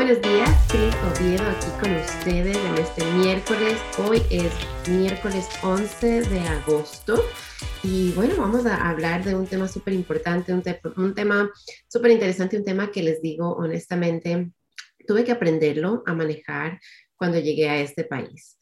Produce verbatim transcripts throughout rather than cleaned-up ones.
buenos días, Cris Oviedo aquí con ustedes en este miércoles. Hoy es miércoles once de agosto y bueno, vamos a hablar de un tema súper importante, un, te un tema súper interesante, un tema que les digo honestamente, tuve que aprenderlo a manejar cuando llegué a este país,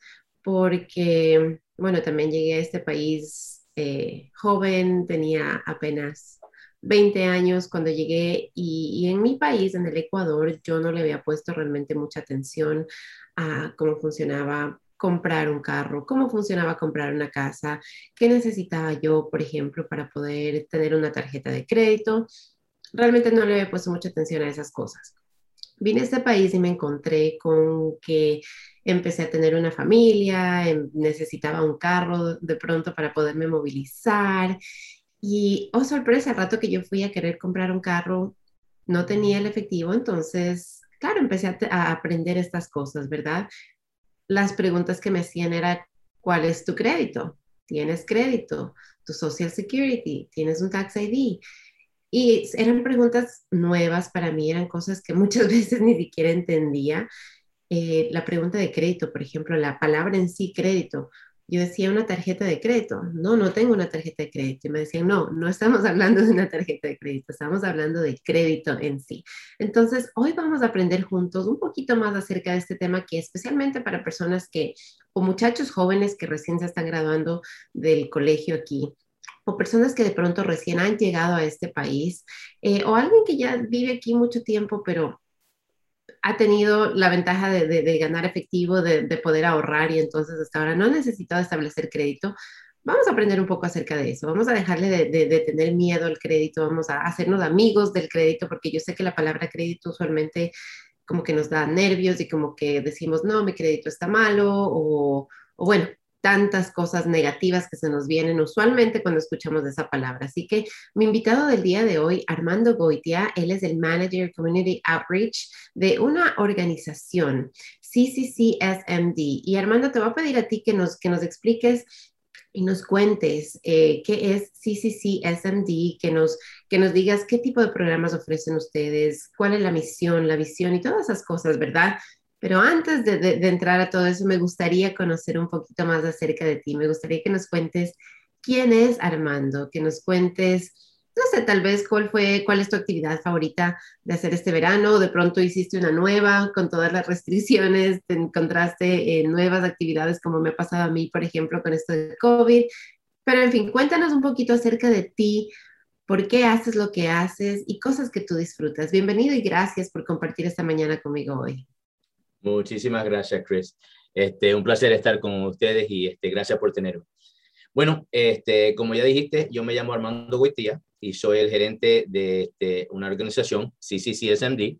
porque bueno, también llegué a este país eh, joven, tenía apenas veinte años cuando llegué y, y en mi país, en el Ecuador, yo no le había puesto realmente mucha atención a cómo funcionaba comprar un carro, cómo funcionaba comprar una casa, qué necesitaba yo, por ejemplo, para poder tener una tarjeta de crédito. Realmente no le había puesto mucha atención a esas cosas. Vine a este país y me encontré con que empecé a tener una familia, em, necesitaba un carro de pronto para poderme movilizar y, oh sorpresa, al rato que yo fui a querer comprar un carro, no tenía el efectivo, entonces, claro, empecé a, a aprender estas cosas, ¿verdad? Las preguntas que me hacían era, ¿cuál es tu crédito? ¿Tienes crédito? ¿Tu Social Security? ¿Tienes un Tax I D? Y eran preguntas nuevas para mí, eran cosas que muchas veces ni siquiera entendía. Eh, la pregunta de crédito, por ejemplo, la palabra en sí, crédito. Yo decía una tarjeta de crédito. No, no tengo una tarjeta de crédito. Y me decían, no, no estamos hablando de una tarjeta de crédito, estamos hablando de crédito en sí. Entonces, hoy vamos a aprender juntos un poquito más acerca de este tema que especialmente para personas que, o muchachos jóvenes que recién se están graduando del colegio aquí, o personas que de pronto recién han llegado a este país, eh, o alguien que ya vive aquí mucho tiempo, pero ha tenido la ventaja de, de, de ganar efectivo, de, de, poder ahorrar y entonces hasta ahora no ha necesitado establecer crédito. Vamos a aprender un poco acerca de eso, vamos a dejarle de, de, de tener miedo al crédito, vamos a hacernos amigos del crédito, porque yo sé que la palabra crédito usualmente como que nos da nervios y como que decimos, no, mi crédito está malo o, o bueno, tantas cosas negativas que se nos vienen usualmente cuando escuchamos esa palabra. Así que mi invitado del día de hoy, Armando Goitia, él es el Manager Community Outreach de una organización, C C C S M D. Y Armando, te voy a pedir a ti que nos, que nos expliques y nos cuentes eh, qué es C C C S M D, que nos, que nos digas qué tipo de programas ofrecen ustedes, cuál es la misión, la visión y todas esas cosas, ¿verdad? Pero antes de, de, de entrar a todo eso, me gustaría conocer un poquito más acerca de ti. Me gustaría que nos cuentes quién es Armando, que nos cuentes, no sé, tal vez cuál fue, cuál es tu actividad favorita de hacer este verano. De pronto hiciste una nueva con todas las restricciones, te encontraste en nuevas actividades como me ha pasado a mí, por ejemplo, con esto de COVID. Pero en fin, cuéntanos un poquito acerca de ti, por qué haces lo que haces y cosas que tú disfrutas. Bienvenido y gracias por compartir esta mañana conmigo hoy. Muchísimas gracias, Chris. Este, un placer estar con ustedes y este, gracias por tenerme. Bueno, este, como ya dijiste, yo me llamo Armando Goitia y soy el gerente de este, una organización, C C C S M D.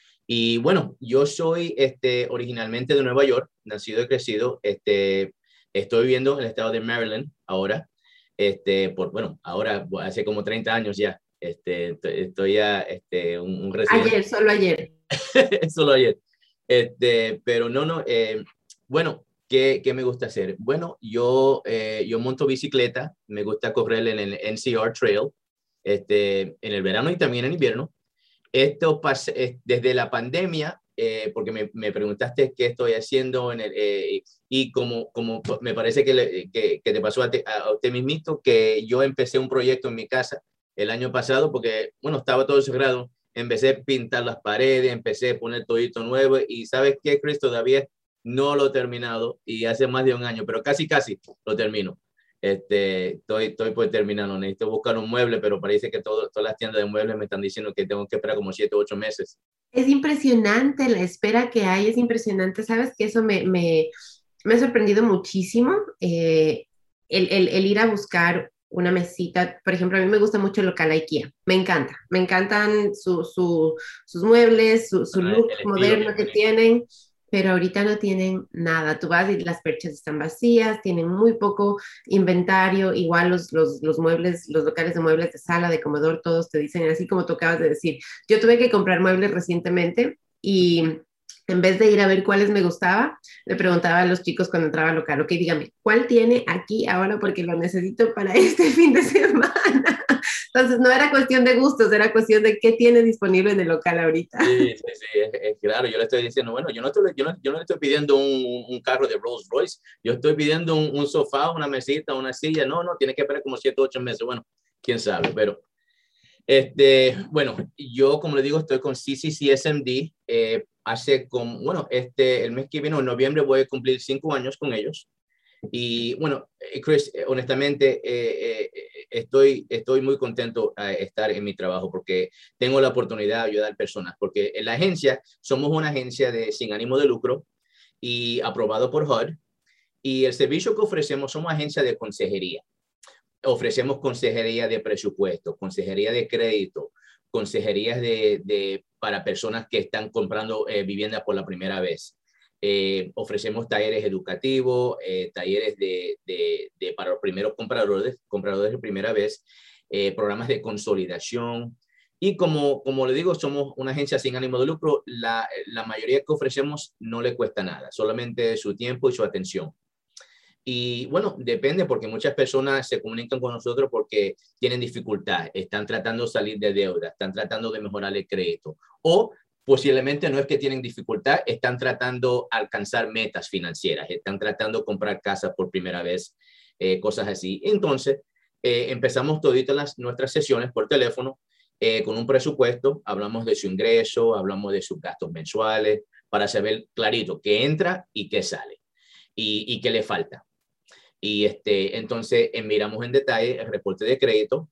Y bueno, yo soy este, originalmente de Nueva York, nacido y crecido. Este, estoy viviendo en el estado de Maryland ahora. Este, por, bueno, ahora hace como treinta años ya. Este, estoy ya este, un, un residente. Ayer, solo ayer. Solo ayer. Este, pero no, no, eh, bueno, ¿qué, ¿qué me gusta hacer? Bueno, yo, eh, yo monto bicicleta, me gusta correr en el N C R Trail, este, en el verano y también en invierno. Esto pasa desde la pandemia, eh, porque me, me preguntaste qué estoy haciendo en el, eh, y como, como me parece que, le, que, que te pasó a, te, a usted mismito, que yo empecé un proyecto en mi casa el año pasado, porque, bueno, estaba todo cerrado. Empecé a pintar las paredes, empecé a poner todito nuevo y ¿sabes qué, Chris? Todavía no lo he terminado y hace más de un año, pero casi, casi lo termino. Este, estoy, estoy por terminarlo. Necesito buscar un mueble, pero parece que todo, todas las tiendas de muebles me están diciendo que tengo que esperar como siete o ocho meses. Es impresionante la espera que hay, es impresionante. Sabes que eso me, me, me ha sorprendido muchísimo. Eh, el, el, el ir a buscar una mesita, por ejemplo, a mí me gusta mucho el local IKEA, me encanta, me encantan su, su, sus muebles, su, su look moderno que tienen, pero ahorita no tienen nada. Tú vas y las perchas están vacías, tienen muy poco inventario, igual los, los, los muebles, los locales de muebles de sala, de comedor, todos te dicen, así como tú acabas de decir. Yo tuve que comprar muebles recientemente y en vez de ir a ver cuáles me gustaba, le preguntaba a los chicos cuando entraba al local, ok, dígame, ¿cuál tiene aquí ahora? Porque lo necesito para este fin de semana. Entonces, no era cuestión de gustos, era cuestión de qué tiene disponible en el local ahorita. Sí, sí, sí, es, es claro, yo le estoy diciendo, bueno, yo no, estoy, yo no, yo no le estoy pidiendo un, un carro de Rolls Royce, yo estoy pidiendo un, un sofá, una mesita, una silla, no, no, tiene que esperar como siete, ocho meses, bueno, quién sabe, pero, este, bueno, yo como le digo, estoy con C C C S M D, eh, hace como, bueno, este, el mes que viene, en noviembre, voy a cumplir cinco años con ellos. Y bueno, eh, Chris, eh, honestamente, eh, eh, estoy, estoy muy contento de estar en mi trabajo porque tengo la oportunidad de ayudar personas, porque en la agencia somos una agencia de, sin ánimo de lucro y aprobado por H U D, y el servicio que ofrecemos somos agencia de consejería. Ofrecemos consejería de presupuesto, consejería de crédito, consejerías de, de, para personas que están comprando eh, vivienda por la primera vez. Eh, ofrecemos talleres educativos, eh, talleres de, de, de, para los primeros compradores, compradores de primera vez, eh, programas de consolidación. Y como, como le digo, somos una agencia sin ánimo de lucro. La, la mayoría que ofrecemos no le cuesta nada, solamente su tiempo y su atención. Y bueno, depende porque muchas personas se comunican con nosotros porque tienen dificultad, están tratando de salir de deuda, están tratando de mejorar el crédito o posiblemente no es que tienen dificultad, están tratando de alcanzar metas financieras, están tratando de comprar casas por primera vez, eh, cosas así. Entonces, eh, empezamos toditas las, nuestras sesiones por teléfono eh, con un presupuesto, hablamos de su ingreso, hablamos de sus gastos mensuales para saber clarito qué entra y qué sale y, y qué le falta. Y este, entonces eh, miramos en detalle el reporte de crédito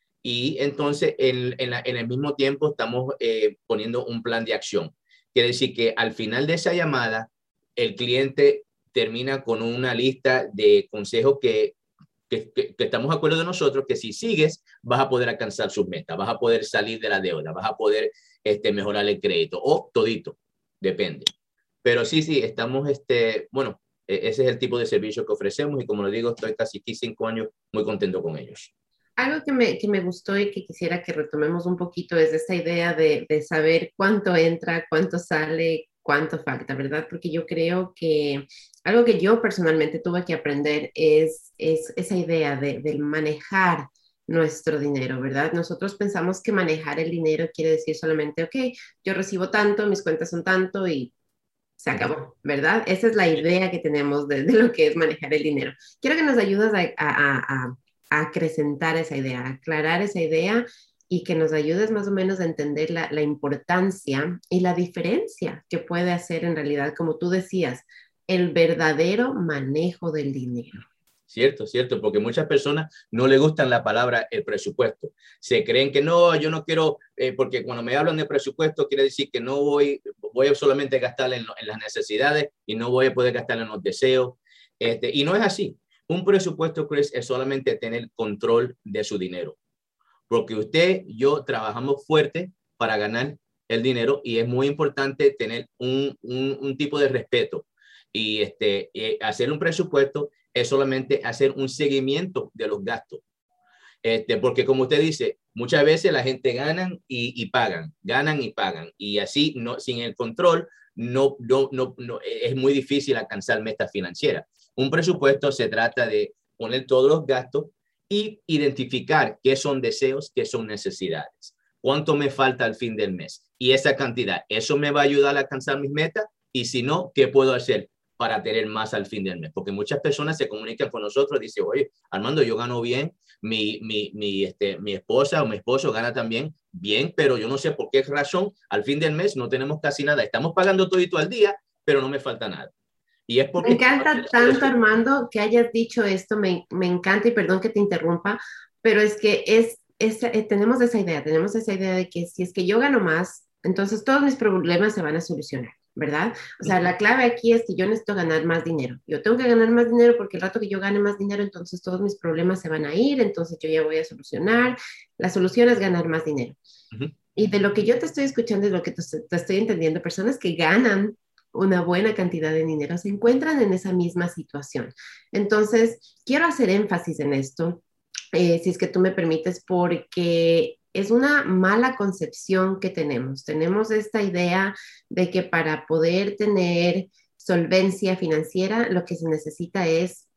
y entonces en, en, la, en el mismo tiempo estamos eh, poniendo un plan de acción. Quiere decir que al final de esa llamada, el cliente termina con una lista de consejos que, que, que, que estamos de acuerdo de nosotros, que si sigues vas a poder alcanzar sus metas, vas a poder salir de la deuda, vas a poder este, mejorar el crédito o todito, depende. Pero sí, sí, estamos, este, bueno, ese es el tipo de servicio que ofrecemos y como le digo, estoy casi aquí cinco años muy contento con ellos. Algo que me, que me gustó y que quisiera que retomemos un poquito es esta idea de, de saber cuánto entra, cuánto sale, cuánto falta, ¿verdad? Porque yo creo que algo que yo personalmente tuve que aprender es, es esa idea de, de manejar nuestro dinero, ¿verdad? Nosotros pensamos que manejar el dinero quiere decir solamente, ok, yo recibo tanto, mis cuentas son tanto y se acabó, ¿verdad? Esa es la idea que tenemos de, de lo que es manejar el dinero. Quiero que nos ayudes a, a, a, a acrecentar esa idea, a aclarar esa idea y que nos ayudes más o menos a entender la, la importancia y la diferencia que puede hacer en realidad, como tú decías, el verdadero manejo del dinero. Cierto, cierto, porque muchas personas no le gustan la palabra el presupuesto. Se creen que no, yo no quiero, eh, porque cuando me hablan de presupuesto quiere decir que no voy, voy a solamente gastar en, en las necesidades y no voy a poder gastar en los deseos. Este, y no es así. Un presupuesto, Chris, es solamente tener control de su dinero. Porque usted y yo trabajamos fuerte para ganar el dinero y es muy importante tener un, un, un tipo de respeto y este, eh, hacer un presupuesto es solamente hacer un seguimiento de los gastos. Este, porque como usted dice, muchas veces la gente ganan y, y pagan, ganan y pagan. Y así, no, sin el control, no, no, no, no, es muy difícil alcanzar metas financieras. Un presupuesto se trata de poner todos los gastos y identificar qué son deseos, qué son necesidades. ¿Cuánto me falta al fin del mes? Y esa cantidad, ¿eso me va a ayudar a alcanzar mis metas? Y si no, ¿qué puedo hacer para tener más al fin del mes? Porque muchas personas se comunican con nosotros y dicen, oye, Armando, yo gano bien, mi, mi, mi, este, mi esposa o mi esposo gana también bien, pero yo no sé por qué razón al fin del mes no tenemos casi nada. Estamos pagando todito al día, pero no me falta nada. Y es porque... Me encanta tanto, Armando, que hayas dicho esto, me, me encanta y perdón que te interrumpa, pero es que es, es, eh, tenemos esa idea, tenemos esa idea de que si es que yo gano más, entonces todos mis problemas se van a solucionar, ¿verdad? O sea, la clave aquí es que yo necesito ganar más dinero. Yo tengo que ganar más dinero porque el rato que yo gane más dinero, entonces todos mis problemas se van a ir, entonces yo ya voy a solucionar. La solución es ganar más dinero. Uh-huh. Y de lo que yo te estoy escuchando y lo que te, te estoy entendiendo, personas que ganan una buena cantidad de dinero se encuentran en esa misma situación. Entonces, quiero hacer énfasis en esto, eh, si es que tú me permites, porque es una mala concepción que tenemos. Tenemos esta idea de que para poder tener solvencia financiera, lo que se necesita es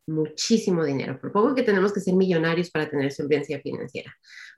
muchísimo dinero. Por poco que tenemos que ser millonarios para tener solvencia financiera.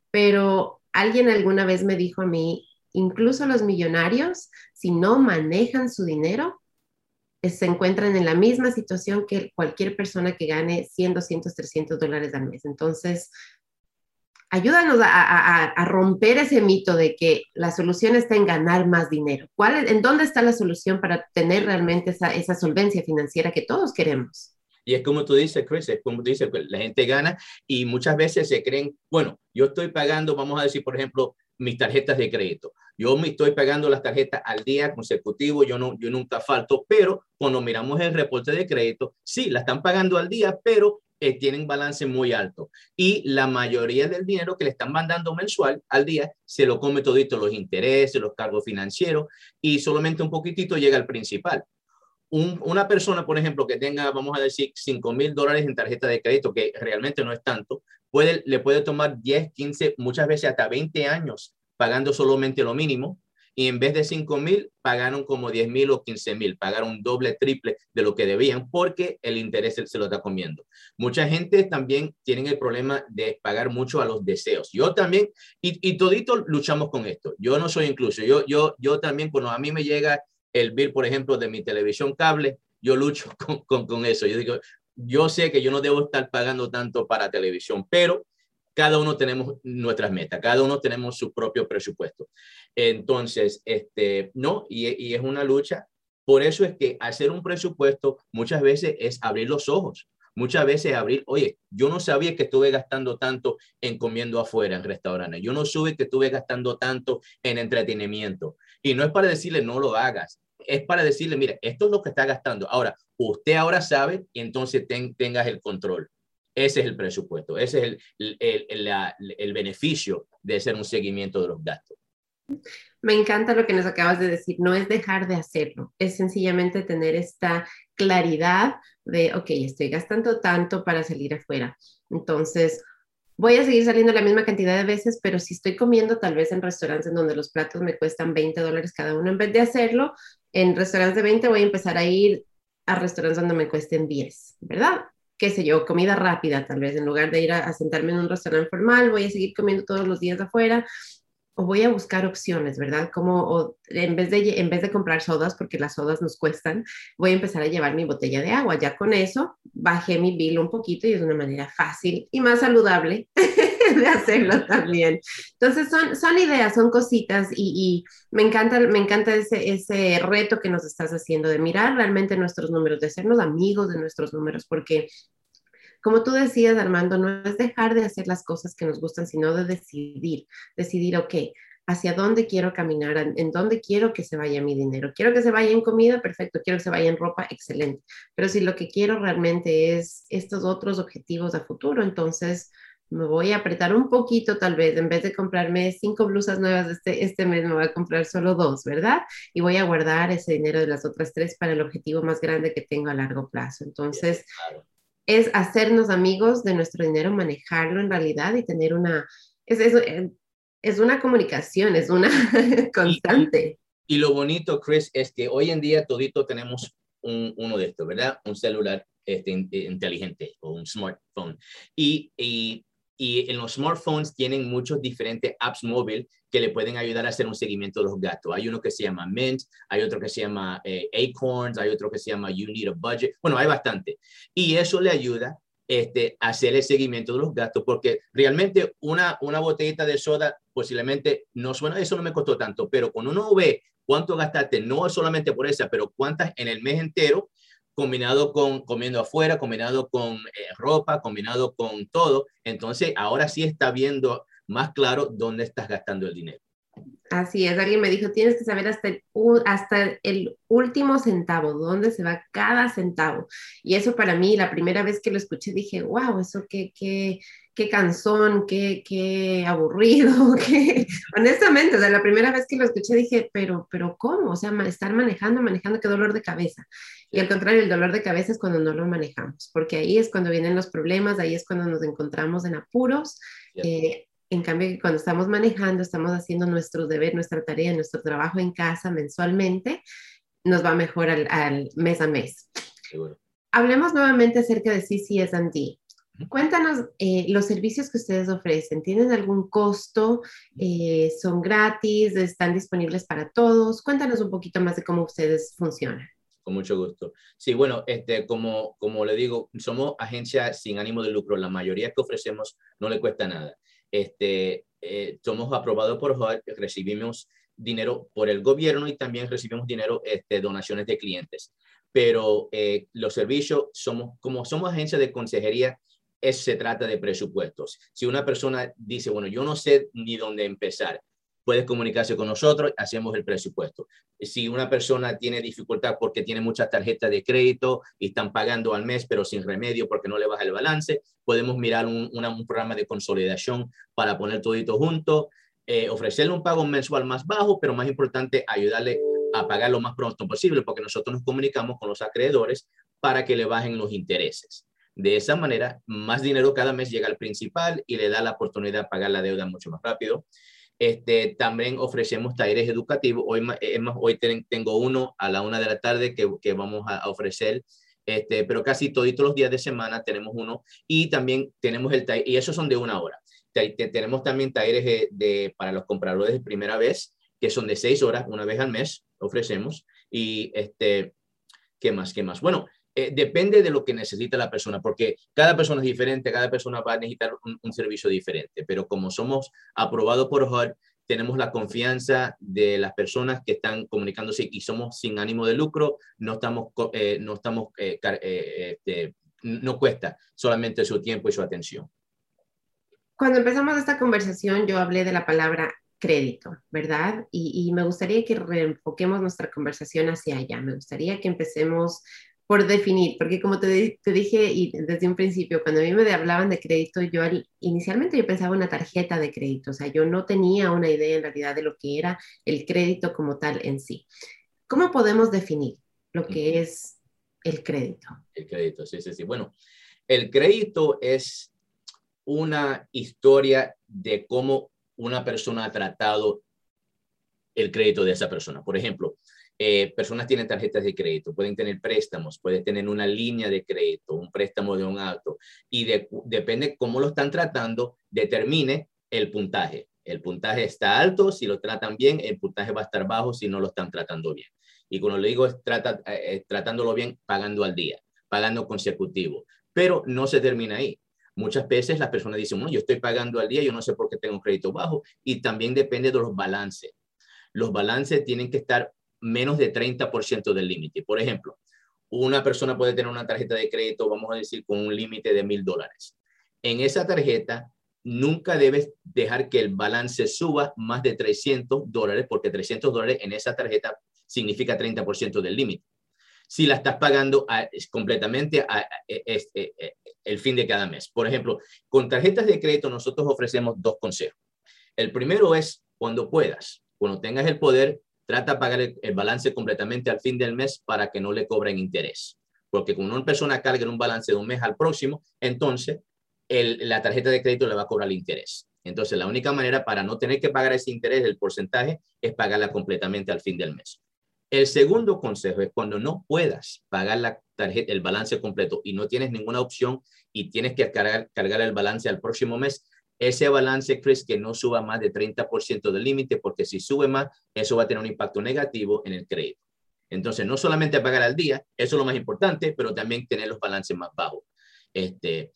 Pero alguien alguna vez me dijo a mí, incluso los millonarios, si no manejan su dinero, eh, se encuentran en la misma situación que cualquier persona que gane cien, doscientos, trescientos dólares al mes. Entonces, ayúdanos a, a, a, romper ese mito de que la solución está en ganar más dinero. ¿Cuál es, ¿En dónde está la solución para tener realmente esa, esa solvencia financiera que todos queremos? Y es como tú dices, Chris, es como tú dices, pues, la gente gana y muchas veces se creen, bueno, yo estoy pagando, vamos a decir, por ejemplo, mis tarjetas de crédito. Yo me estoy pagando las tarjetas al día consecutivo, yo, no, yo nunca falto, pero cuando miramos el reporte de crédito, sí, la están pagando al día, pero eh, tienen balance muy alto. Y la mayoría del dinero que le están mandando mensual al día se lo come todito los intereses, los cargos financieros y solamente un poquitito llega al principal. Un, una persona, por ejemplo, que tenga, vamos a decir, cinco mil dólares en tarjeta de crédito, que realmente no es tanto, puede, le puede tomar diez, quince, muchas veces hasta veinte años pagando solamente lo mínimo. Y en vez de cinco mil, pagaron como diez mil o quince mil, pagaron doble, triple de lo que debían porque el interés se lo está comiendo. Mucha gente también tiene el problema de pagar mucho a los deseos. Yo también, y, y todito luchamos con esto. Yo no soy incluso, yo, yo, yo también, cuando a mí me llega el bill, por ejemplo, de mi televisión cable, yo lucho con, con, con eso. Yo digo, yo sé que yo no debo estar pagando tanto para televisión, pero cada uno tenemos nuestras metas, cada uno tenemos su propio presupuesto. Entonces, este, no, y, y es una lucha. Por eso es que hacer un presupuesto muchas veces es abrir los ojos. Muchas veces abrir, oye, yo no sabía que estuve gastando tanto en comiendo afuera en restaurantes. Yo no supe que estuve gastando tanto en entretenimiento. Y no es para decirle no lo hagas, es para decirle, mira, esto es lo que está gastando. Ahora, usted ahora sabe y entonces ten, tengas el control. Ese es el presupuesto, ese es el, el, el, la, el beneficio de hacer un seguimiento de los gastos. Me encanta lo que nos acabas de decir, no es dejar de hacerlo, es sencillamente tener esta claridad de, ok, estoy gastando tanto para salir afuera, entonces voy a seguir saliendo la misma cantidad de veces, pero si estoy comiendo tal vez en restaurantes en donde los platos me cuestan veinte dólares cada uno, en vez de hacerlo en restaurantes de veinte, voy a empezar a ir a restaurantes donde me cuesten diez, ¿verdad? Qué sé yo, comida rápida tal vez, en lugar de ir a, a sentarme en un restaurante formal, voy a seguir comiendo todos los días afuera, o voy a buscar opciones, ¿verdad? Como o, en, vez de, en vez de comprar sodas, porque las sodas nos cuestan, voy a empezar a llevar mi botella de agua. Ya con eso bajé mi bill un poquito y es una manera fácil y más saludable de hacerlo también. Entonces son, son ideas, son cositas y, y me encanta, me encanta ese, ese reto que nos estás haciendo de mirar realmente nuestros números, de hacernos amigos de nuestros números, porque como tú decías, Armando, no es dejar de hacer las cosas que nos gustan, sino de decidir, decidir, ok, hacia dónde quiero caminar, en dónde quiero que se vaya mi dinero. Quiero que se vaya en comida, perfecto, quiero que se vaya en ropa, excelente. Pero si lo que quiero realmente es estos otros objetivos a futuro, entonces me voy a apretar un poquito tal vez, en vez de comprarme cinco blusas nuevas este, este mes, me voy a comprar solo dos, ¿verdad? Y voy a guardar ese dinero de las otras tres para el objetivo más grande que tengo a largo plazo. Entonces, es hacernos amigos de nuestro dinero, manejarlo en realidad y tener una, es, es, es una comunicación, es una constante. Y, y, y lo bonito, Chris, es que hoy en día todito tenemos un, uno de estos, ¿verdad? Un celular este, inteligente o un smartphone. Y, y, y en los smartphones tienen muchos diferentes apps móviles que le pueden ayudar a hacer un seguimiento de los gastos. Hay uno que se llama Mint, hay otro que se llama eh, Acorns, hay otro que se llama You Need a Budget. Bueno, hay bastante. Y eso le ayuda este, a hacer el seguimiento de los gastos, porque realmente una, una botellita de soda posiblemente no suena, eso no me costó tanto, pero cuando uno ve cuánto gastaste, no solamente por esa, pero cuántas en el mes entero, combinado con comiendo afuera, combinado con eh, ropa, combinado con todo, entonces ahora sí está viendo más claro dónde estás gastando el dinero. Así es, alguien me dijo, tienes que saber hasta el, hasta el último centavo, dónde se va cada centavo. Y eso para mí, la primera vez que lo escuché, dije, wow, eso qué, qué, qué cansón, qué, qué aburrido, qué... honestamente, o sea, la primera vez que lo escuché dije, pero, pero ¿cómo? O sea, estar manejando, manejando, qué dolor de cabeza. Y al contrario, el dolor de cabeza es cuando no lo manejamos, porque ahí es cuando vienen los problemas, ahí es cuando nos encontramos en apuros. Eh, En cambio, cuando estamos manejando, estamos haciendo nuestro deber, nuestra tarea, nuestro trabajo en casa mensualmente, nos va mejor al, al mes a mes. Seguro. hablemos nuevamente acerca de C C S and D. Cuéntanos eh, los servicios que ustedes ofrecen. ¿Tienen algún costo? Eh, ¿Son gratis? ¿Están disponibles para todos? Cuéntanos un poquito más de cómo ustedes funcionan. Con mucho gusto. Sí, bueno, este, como, como le digo, somos agencia sin ánimo de lucro. La mayoría que ofrecemos no le cuesta nada. Este, eh, somos aprobados por H U D, recibimos dinero por el gobierno y también recibimos dinero, este, donaciones de clientes. Pero eh, los servicios, somos, como somos agencia de consejería, es, se trata de presupuestos. Si una persona dice, bueno, yo no sé ni dónde empezar, puedes comunicarse con nosotros, hacemos el presupuesto. Si una persona tiene dificultad porque tiene muchas tarjetas de crédito y están pagando al mes, pero sin remedio porque no le baja el balance, podemos mirar un, una, un programa de consolidación para poner todito junto, eh, ofrecerle un pago mensual más bajo, pero más importante, ayudarle a pagar lo más pronto posible, porque nosotros nos comunicamos con los acreedores para que le bajen los intereses. De esa manera, más dinero cada mes llega al principal y le da la oportunidad de pagar la deuda mucho más rápido. Este, también ofrecemos talleres educativos. Hoy, es más, hoy ten, tengo uno a la una de la tarde que, que vamos a, a ofrecer, este, pero casi todos los días de semana tenemos uno. Y también tenemos el taller, y esos son de una hora. Te, te, tenemos también talleres de, de, para los compradores de primera vez, que son de seis horas, una vez al mes, ofrecemos. Y este, ¿qué más? ¿Qué más? Bueno, Eh, depende de lo que necesita la persona, porque cada persona es diferente, cada persona va a necesitar un, un servicio diferente, pero como somos aprobados por H U D, tenemos la confianza de las personas que están comunicándose y somos sin ánimo de lucro, no estamos, eh, no estamos, eh, eh, este, no cuesta solamente su tiempo y su atención. Cuando empezamos esta conversación, yo hablé de la palabra crédito, ¿verdad? Y, y me gustaría que reenfoquemos nuestra conversación hacia allá. Me gustaría que empecemos por definir, porque como te, te dije y desde un principio, cuando a mí me hablaban de crédito, yo al, inicialmente yo pensaba en una tarjeta de crédito, o sea, yo no tenía una idea en realidad de lo que era el crédito como tal en sí. ¿Cómo podemos definir lo que es el crédito? El crédito, sí, sí, sí. Bueno, el crédito es una historia de cómo una persona ha tratado el crédito de esa persona. Por ejemplo, Eh, personas tienen tarjetas de crédito, pueden tener préstamos, pueden tener una línea de crédito, un préstamo de un auto, y de, depende cómo lo están tratando, determine el puntaje. El puntaje está alto, si lo tratan bien, el puntaje va a estar bajo si no lo están tratando bien. Y cuando le digo es trata, eh, tratándolo bien, pagando al día, pagando consecutivo, pero no se termina ahí. Muchas veces las personas dicen, bueno, yo estoy pagando al día, yo no sé por qué tengo un crédito bajo, y también depende de los balances. Los balances tienen que estar menos de treinta por ciento del límite. Por ejemplo, una persona puede tener una tarjeta de crédito, vamos a decir, con un límite de mil dólares. En esa tarjeta, nunca debes dejar que el balance suba más de trescientos dólares, porque trescientos dólares en esa tarjeta significa treinta por ciento del límite. Si la estás pagando a, es completamente a, a, a, a, el fin de cada mes. Por ejemplo, con tarjetas de crédito nosotros ofrecemos dos consejos. El primero es cuando puedas, cuando tengas el poder, trata de pagar el, el balance completamente al fin del mes para que no le cobren interés. Porque cuando una persona carga en un balance de un mes al próximo, entonces el, la tarjeta de crédito le va a cobrar el interés. Entonces la única manera para no tener que pagar ese interés, el porcentaje, es pagarla completamente al fin del mes. El segundo consejo es cuando no puedas pagar la tarjeta, el balance completo y no tienes ninguna opción y tienes que cargar, cargar el balance al próximo mes, ese balance, Chris, que no suba más de treinta por ciento del límite, porque si sube más, eso va a tener un impacto negativo en el crédito. Entonces, no solamente pagar al día, eso es lo más importante, pero también tener los balances más bajos. Este,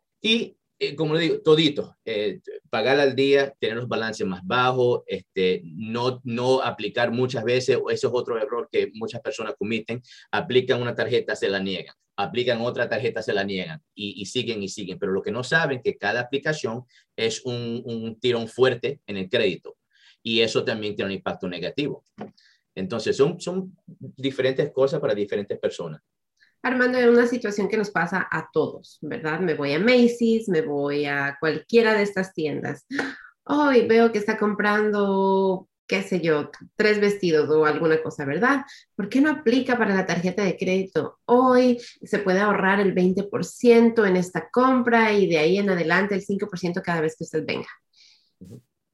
y, eh, como le digo, todito, eh, pagar al día, tener los balances más bajos, este, no, no aplicar muchas veces, o eso es otro error que muchas personas cometen, aplican una tarjeta, se la niegan. Aplican otra tarjeta, se la niegan y, y siguen y siguen. Pero lo que no saben es que cada aplicación es un, un tirón fuerte en el crédito y eso también tiene un impacto negativo. Entonces, son, son diferentes cosas para diferentes personas. Armando, es una situación que nos pasa a todos, ¿verdad? Me voy a Macy's, me voy a cualquiera de estas tiendas. Hoy veo que está comprando, qué sé yo, tres vestidos o alguna cosa, ¿verdad? ¿Por qué no aplica para la tarjeta de crédito? Hoy se puede ahorrar el veinte por ciento en esta compra y de ahí en adelante el cinco por ciento cada vez que usted venga.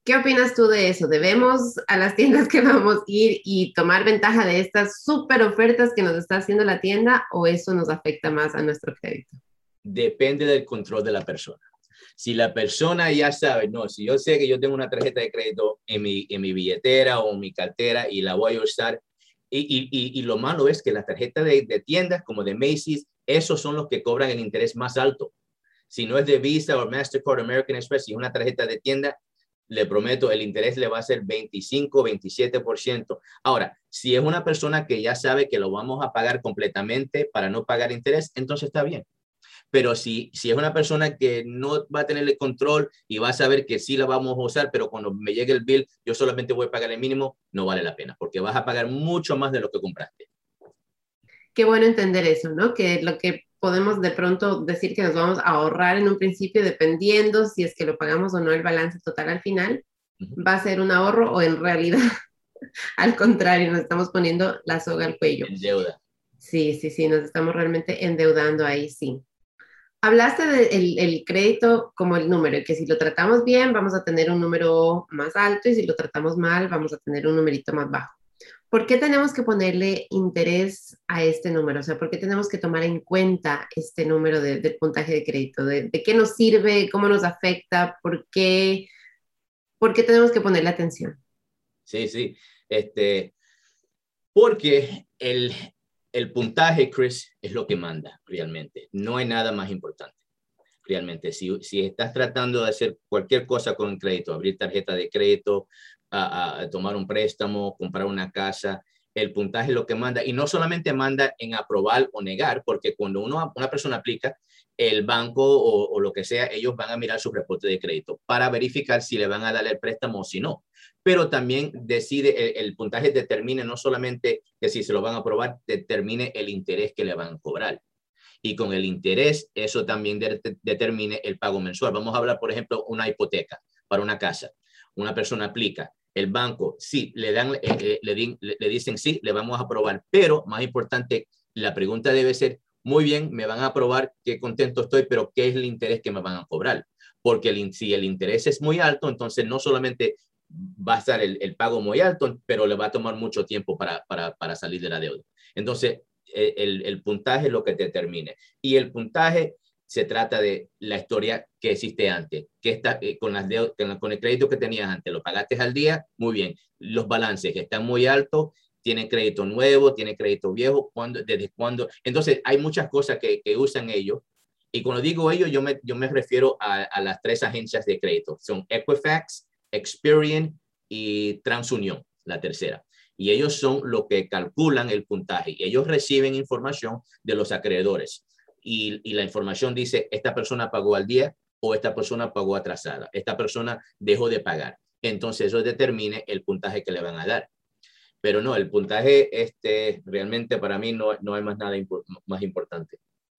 ¿Qué opinas tú de eso? ¿Debemos a las tiendas que vamos a ir y tomar ventaja de estas súper ofertas que nos está haciendo la tienda o eso nos afecta más a nuestro crédito? Depende del control de la persona. Si la persona ya sabe, no, si yo sé que yo tengo una tarjeta de crédito en mi, en mi billetera o en mi cartera y la voy a usar, y, y, y, y lo malo es que las tarjetas de, de tiendas como de Macy's, esos son los que cobran el interés más alto. Si no es de Visa o Mastercard o American Express, si es una tarjeta de tienda, le prometo, el interés le va a ser veinticinco, veintisiete por ciento. Ahora, si es una persona que ya sabe que lo vamos a pagar completamente para no pagar interés, entonces está bien. Pero si, si es una persona que no va a tener el control y va a saber que sí la vamos a usar, pero cuando me llegue el bill, yo solamente voy a pagar el mínimo, no vale la pena, porque vas a pagar mucho más de lo que compraste. Qué bueno entender eso, ¿no? Que lo que podemos de pronto decir que nos vamos a ahorrar en un principio, dependiendo si es que lo pagamos o no el balance total al final, Uh-huh. va a ser un ahorro o en realidad, al contrario, nos estamos poniendo la soga al cuello. En deuda. Sí, sí, sí, nos estamos realmente endeudando ahí, sí. Hablaste del el crédito como el número, y que si lo tratamos bien vamos a tener un número más alto y si lo tratamos mal vamos a tener un numerito más bajo. ¿Por qué tenemos que ponerle interés a este número? O sea, ¿por qué tenemos que tomar en cuenta este número de, del puntaje de crédito? ¿De, de qué nos sirve? ¿Cómo nos afecta? ¿Por qué, por qué tenemos que ponerle atención? Sí, sí. Este, porque el, el puntaje, Chris, es lo que manda realmente. No hay nada más importante. Realmente, si, si estás tratando de hacer cualquier cosa con el crédito, abrir tarjeta de crédito, a, a tomar un préstamo, comprar una casa, el puntaje es lo que manda. Y no solamente manda en aprobar o negar, porque cuando uno, una persona aplica, el banco o, o lo que sea, ellos van a mirar su reporte de crédito para verificar si le van a dar el préstamo o si no. Pero también decide, el, el puntaje determina no solamente que si se lo van a aprobar, determine el interés que le van a cobrar. Y con el interés, eso también de, de, determine el pago mensual. Vamos a hablar, por ejemplo, una hipoteca para una casa. Una persona aplica, el banco, sí, le, dan, eh, eh, le, di, le, le dicen sí, le vamos a aprobar, pero más importante, la pregunta debe ser, muy bien, me van a aprobar, qué contento estoy, pero ¿qué es el interés que me van a cobrar? Porque el, si el interés es muy alto, entonces no solamente va a estar el, el pago muy alto, pero le va a tomar mucho tiempo para, para, para salir de la deuda. Entonces, El, el puntaje es lo que te determine. Y el puntaje se trata de la historia que existe antes, que está eh, con, las deudas, con el crédito que tenías antes, lo pagaste al día, muy bien. Los balances que están muy altos, tienen crédito nuevo, tienen crédito viejo, ¿cuándo, desde cuándo? Entonces, hay muchas cosas que, que usan ellos. Y cuando digo ellos, yo me, yo me refiero a, a las tres agencias de crédito. Son Equifax, Experian y TransUnion, la tercera. Y ellos son los que calculan el puntaje. Y ellos reciben información de los acreedores. Y, y la información dice, esta persona pagó al día o esta persona pagó atrasada. Esta persona dejó de pagar. Entonces eso determine el puntaje que le van a dar. Pero no, el puntaje este, realmente para mí no, no hay más nada impor más importante.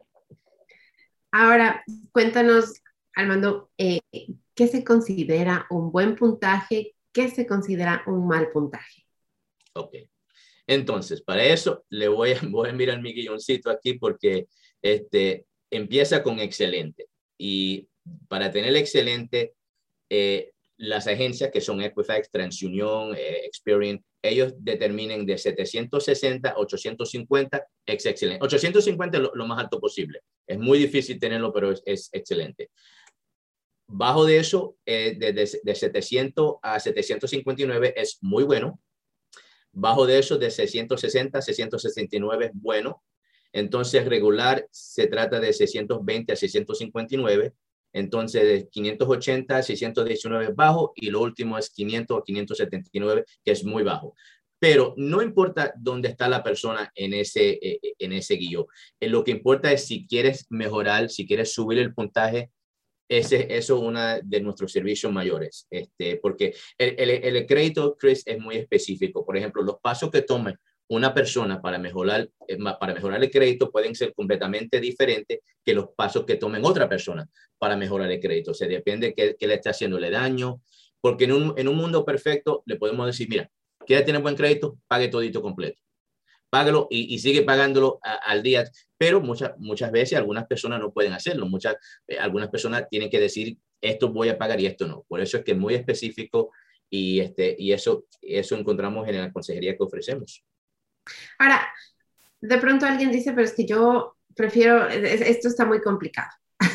Ahora, cuéntanos, Armando, eh, ¿qué se considera un buen puntaje? ¿Qué se considera un mal puntaje? Ok. Entonces, para eso le voy a, voy a mirar mi guioncito aquí porque este, empieza con excelente. Y para tener excelente, eh, las agencias que son Equifax, TransUnion, eh, Experian, ellos determinen de setecientos sesenta a ochocientos cincuenta, es excelente. ochocientos cincuenta es lo, lo más alto posible. Es muy difícil tenerlo, pero es, es excelente. Bajo de eso, eh, de, de, de setecientos a setecientos cincuenta y nueve es muy bueno. Bajo de eso, de seiscientos sesenta a seiscientos sesenta y nueve es bueno. Entonces, regular se trata de seiscientos veinte a seiscientos cincuenta y nueve. Entonces, de quinientos ochenta a seiscientos diecinueve es bajo. Y lo último es quinientos a quinientos setenta y nueve, que es muy bajo. Pero no importa dónde está la persona en ese, en ese guión. Lo que importa es si quieres mejorar, si quieres subir el puntaje. Ese, eso es uno de nuestros servicios mayores, este, porque el, el, el crédito, Chris, es muy específico. Por ejemplo, los pasos que tome una persona para mejorar, para mejorar el crédito pueden ser completamente diferentes que los pasos que tomen otra persona para mejorar el crédito. O sea, depende de qué, qué le está haciéndole daño, porque en un, en un mundo perfecto le podemos decir, mira, ¿quieres tener buen crédito? Pague todito completo. Págalo y, y sigue pagándolo a, al día. Pero muchas, muchas veces algunas personas no pueden hacerlo. Muchas, eh, algunas personas tienen que decir esto voy a pagar y esto no. Por eso es que es muy específico y, este, y eso, eso encontramos en la consejería que ofrecemos. Ahora, de pronto alguien dice, pero es que yo prefiero, esto está muy complicado.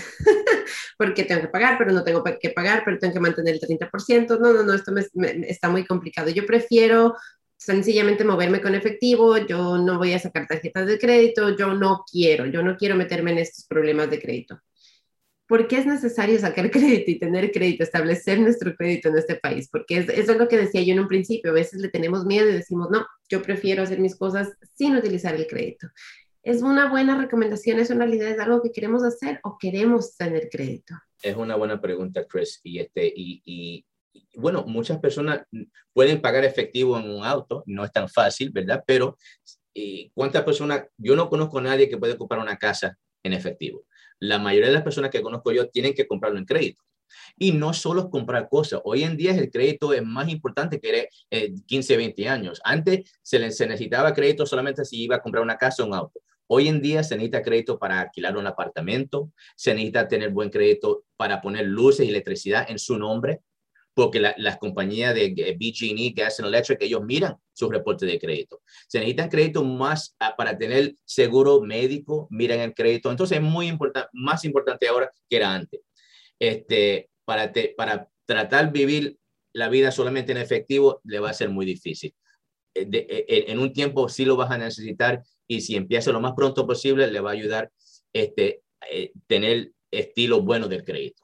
Porque tengo que pagar, pero no tengo que pagar, pero tengo que mantener el treinta por ciento. No, no, no, esto me, me, está muy complicado. Yo prefiero sencillamente moverme con efectivo, yo no voy a sacar tarjetas de crédito, yo no quiero, yo no quiero meterme en estos problemas de crédito. ¿Por qué es necesario sacar crédito y tener crédito, establecer nuestro crédito en este país? Porque es, eso es lo que decía yo en un principio, a veces le tenemos miedo y decimos, no, yo prefiero hacer mis cosas sin utilizar el crédito. ¿Es una buena recomendación? ¿Es una realidad? ¿Es algo que queremos hacer o queremos tener crédito? Es una buena pregunta, Chris. Y, este, y, y, y bueno, muchas personas pueden pagar efectivo en un auto, no es tan fácil, ¿verdad? Pero ¿y cuántas personas? Yo no conozco a nadie que puede comprar una casa en efectivo. La mayoría de las personas que conozco yo tienen que comprarlo en crédito. Y no solo es comprar cosas. Hoy en día el crédito es más importante que eh, quince, veinte años. Antes se, le, se necesitaba crédito solamente si iba a comprar una casa o un auto. Hoy en día se necesita crédito para alquilar un apartamento, se necesita tener buen crédito para poner luces y electricidad en su nombre, porque la, las compañías de B G and E, Gas and Electric, ellos miran sus reportes de crédito. Se necesitan crédito más uh, para tener seguro médico, miran el crédito. Entonces es muy importante, más importante ahora que era antes. Este, para, te, para tratar de vivir la vida solamente en efectivo, le va a ser muy difícil. De, de, en un tiempo sí lo vas a necesitar y si empieza lo más pronto posible, le va a ayudar este, eh, tener estilo bueno del crédito.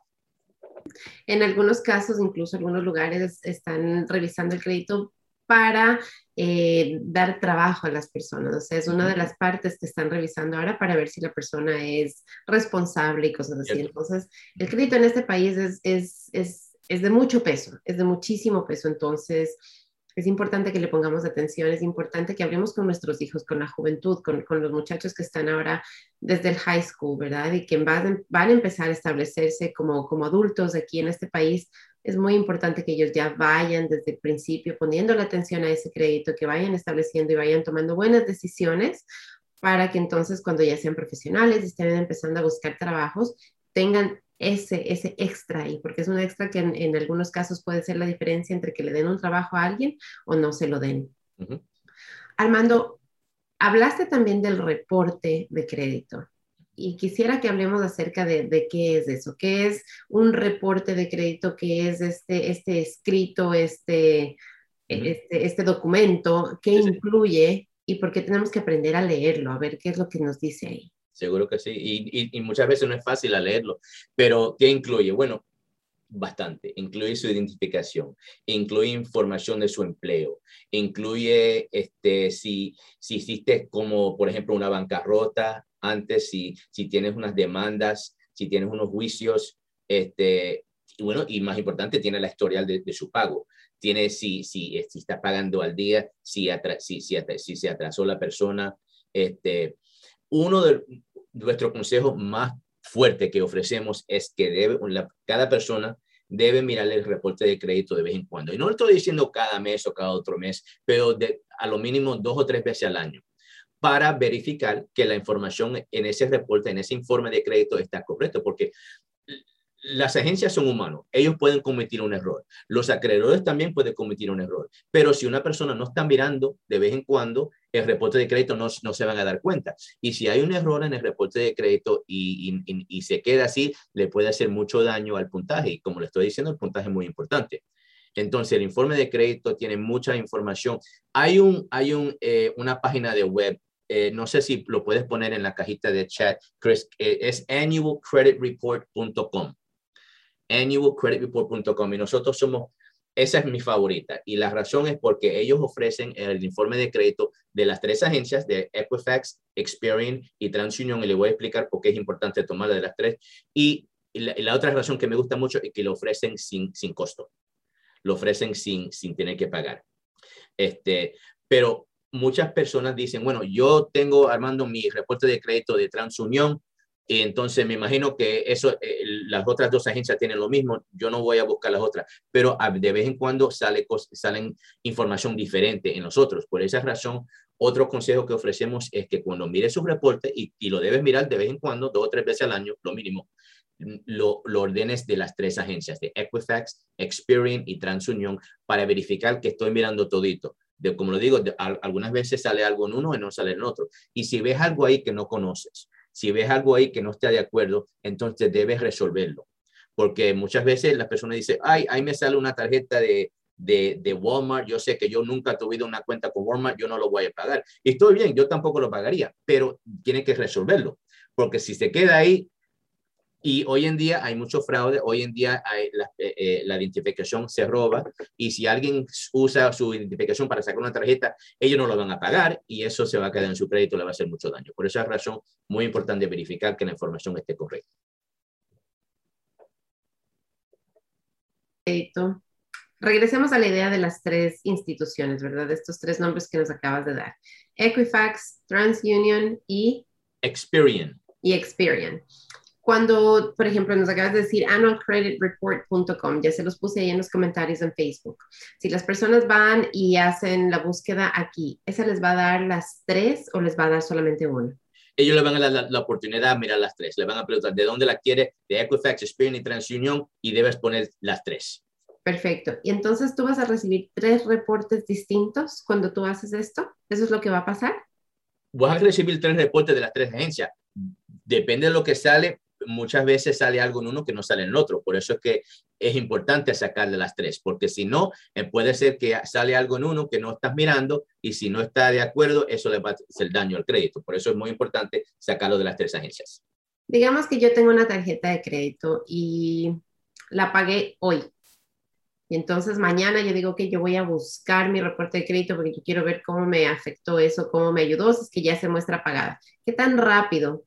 En algunos casos, incluso algunos lugares están revisando el crédito para eh, dar trabajo a las personas. O sea, es una de las partes que están revisando ahora para ver si la persona es responsable y cosas así. Cierto. Entonces, el crédito en este país es, es, es, es de mucho peso, es de muchísimo peso. Entonces, es importante que le pongamos atención, es importante que hablemos con nuestros hijos, con la juventud, con, con los muchachos que están ahora desde el high school, ¿verdad? Y que van, van a empezar a establecerse como, como adultos aquí en este país. Es muy importante que ellos ya vayan desde el principio poniendo la atención a ese crédito, que vayan estableciendo y vayan tomando buenas decisiones para que entonces cuando ya sean profesionales y estén empezando a buscar trabajos, tengan ese, ese extra ahí, porque es un extra que en, en algunos casos puede ser la diferencia entre que le den un trabajo a alguien o no se lo den. Uh-huh. Armando, hablaste también del reporte de crédito y quisiera que hablemos acerca de, de qué es eso, qué es un reporte de crédito, qué es este, este escrito, este, uh-huh. este, este documento, qué sí, incluye sí. Y por qué tenemos que aprender a leerlo, a ver qué es lo que nos dice ahí. Seguro que sí, y, y, y muchas veces no es fácil a leerlo, pero ¿qué incluye? Bueno, bastante. Incluye su identificación, incluye información de su empleo, incluye este, si, si hiciste como, por ejemplo, una bancarrota antes, si, si tienes unas demandas, si tienes unos juicios, este, y bueno, y más importante, tiene la historial de, de su pago. Tiene si, si, si está pagando al día, si, atra, si, si, atra, si se atrasó la persona. Este, uno de nuestros consejos más fuerte que ofrecemos es que debe, la, cada persona debe mirar el reporte de crédito de vez en cuando. Y no lo estoy diciendo cada mes o cada otro mes, pero de, a lo mínimo dos o tres veces al año para verificar que la información en ese reporte, en ese informe de crédito está correcto, porque las agencias son humanos, ellos pueden cometer un error, los acreedores también pueden cometer un error, pero si una persona no está mirando de vez en cuando, el reporte de crédito no, no se van a dar cuenta. Y si hay un error en el reporte de crédito y, y, y se queda así, le puede hacer mucho daño al puntaje. Y como le estoy diciendo, el puntaje es muy importante. Entonces, el informe de crédito tiene mucha información. Hay, un, hay un, eh, una página de web, eh, no sé si lo puedes poner en la cajita de chat, Chris, eh, es annual credit report punto com. annual credit report punto com. Y nosotros somos... Esa es mi favorita y la razón es porque ellos ofrecen el informe de crédito de las tres agencias de Equifax, Experian y TransUnion y le voy a explicar por qué es importante tomarla de las tres. Y, y, la, y la otra razón que me gusta mucho es que lo ofrecen sin, sin costo. Lo ofrecen sin, sin tener que pagar. Este, pero muchas personas dicen, bueno, yo tengo armando mi reporte de crédito de TransUnion. Y entonces me imagino que eso, eh, las otras dos agencias tienen lo mismo, yo no voy a buscar las otras, pero de vez en cuando sale, salen información diferente en los otros. Por esa razón, otro consejo que ofrecemos es que cuando mires sus reportes, y, y lo debes mirar de vez en cuando, dos o tres veces al año, lo mínimo, lo, lo ordenes de las tres agencias, de Equifax, Experian y TransUnion, para verificar que estoy mirando todito. De, como lo digo, de, a, algunas veces sale algo en uno y no sale en otro. Y si ves algo ahí que no conoces, si ves algo ahí que no está de acuerdo, entonces debes resolverlo. Porque muchas veces las personas dicen, ay, ahí me sale una tarjeta de, de, de Walmart, yo sé que yo nunca he tenido una cuenta con Walmart, yo no lo voy a pagar. Y estoy bien, yo tampoco lo pagaría, pero tiene que resolverlo. Porque si se queda ahí, y hoy en día hay mucho fraude, hoy en día hay la, eh, la identificación se roba y si alguien usa su identificación para sacar una tarjeta, ellos no lo van a pagar y eso se va a quedar en su crédito, le va a hacer mucho daño. Por esa razón, muy importante verificar que la información esté correcta. Crédito. Regresemos a la idea de las tres instituciones, ¿verdad? De estos tres nombres que nos acabas de dar. Equifax, TransUnion y... Experian. Y Experian. Cuando, por ejemplo, nos acabas de decir annual credit report punto com, ya se los puse ahí en los comentarios en Facebook. Si las personas van y hacen la búsqueda aquí, ¿esa les va a dar las tres o les va a dar solamente una? Ellos le van a dar la, la oportunidad de mirar las tres. Le van a preguntar de dónde la quiere, de Equifax, Experian y TransUnion, y debes poner las tres. Perfecto. Y entonces tú vas a recibir tres reportes distintos cuando tú haces esto. ¿Eso es lo que va a pasar? Vas a recibir tres reportes de las tres agencias. Depende de lo que sale. Muchas veces sale algo en uno que no sale en el otro. Por eso es que es importante sacarle las tres, porque si no, eh, puede ser que sale algo en uno que no estás mirando y si no está de acuerdo, eso le va a hacer daño al crédito. Por eso es muy importante sacarlo de las tres agencias. Digamos que yo tengo una tarjeta de crédito y la pagué hoy. Y entonces mañana yo digo que yo voy a buscar mi reporte de crédito porque yo quiero ver cómo me afectó eso, cómo me ayudó, si es que ya se muestra pagada. ¿Qué tan rápido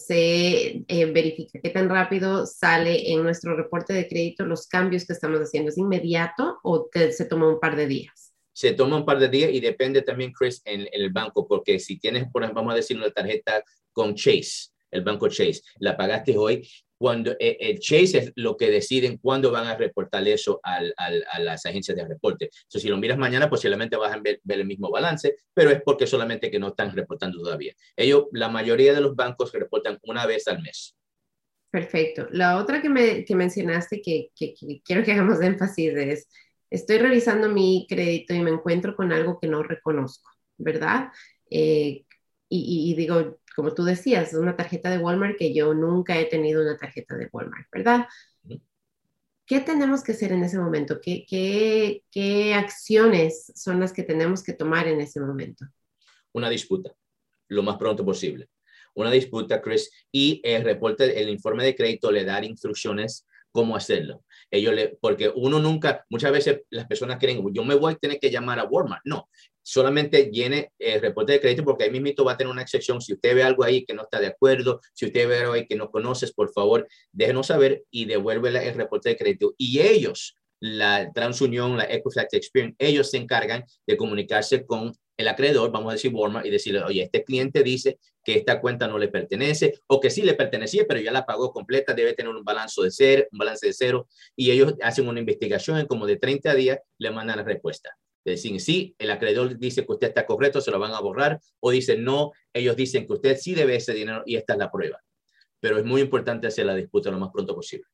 se eh, verifica? ¿Qué tan rápido sale en nuestro reporte de crédito los cambios que estamos haciendo? ¿Es inmediato o te, se toma un par de días? Se toma un par de días y depende también, Chris, en, en el banco, porque si tienes, por ejemplo, vamos a decir una tarjeta con Chase, el banco Chase, la pagaste hoy, cuando eh, el Chase es lo que deciden cuándo van a reportar eso al, al, a las agencias de reporte. Entonces, si lo miras mañana, posiblemente vas a ver, ver el mismo balance, pero es porque solamente que no están reportando todavía. Ellos, la mayoría de los bancos reportan una vez al mes. Perfecto. La otra que, me, que mencionaste que, que, que quiero que hagamos énfasis es, estoy revisando mi crédito y me encuentro con algo que no reconozco, ¿verdad? Eh, y, y digo, como tú decías, es una tarjeta de Walmart que yo nunca he tenido una tarjeta de Walmart, ¿verdad? ¿Qué tenemos que hacer en ese momento? ¿Qué, qué, qué acciones son las que tenemos que tomar en ese momento? Una disputa, lo más pronto posible. Una disputa, Chris, y el reporte, el informe de crédito le da instrucciones cómo hacerlo. Ellos le, porque uno nunca, muchas veces las personas creen, yo me voy a tener que llamar a Walmart. No, solamente llene el reporte de crédito porque ahí mismo va a tener una excepción. Si usted ve algo ahí que no está de acuerdo, si usted ve algo ahí que no conoces, por favor, déjenos saber y devuélvele el reporte de crédito. Y ellos, la TransUnion, la Equifax, Experian, ellos se encargan de comunicarse con el acreedor, vamos a decir Walmart, y decirle, oye, este cliente dice que esta cuenta no le pertenece o que sí le pertenecía, pero ya la pagó completa, debe tener un balance de cero, un balance de cero, y ellos hacen una investigación en como de treinta días, le mandan la respuesta. Es decir, sí, el acreedor dice que usted está correcto, se lo van a borrar, o dicen no, ellos dicen que usted sí debe ese dinero y esta es la prueba. Pero es muy importante hacer la disputa lo más pronto posible.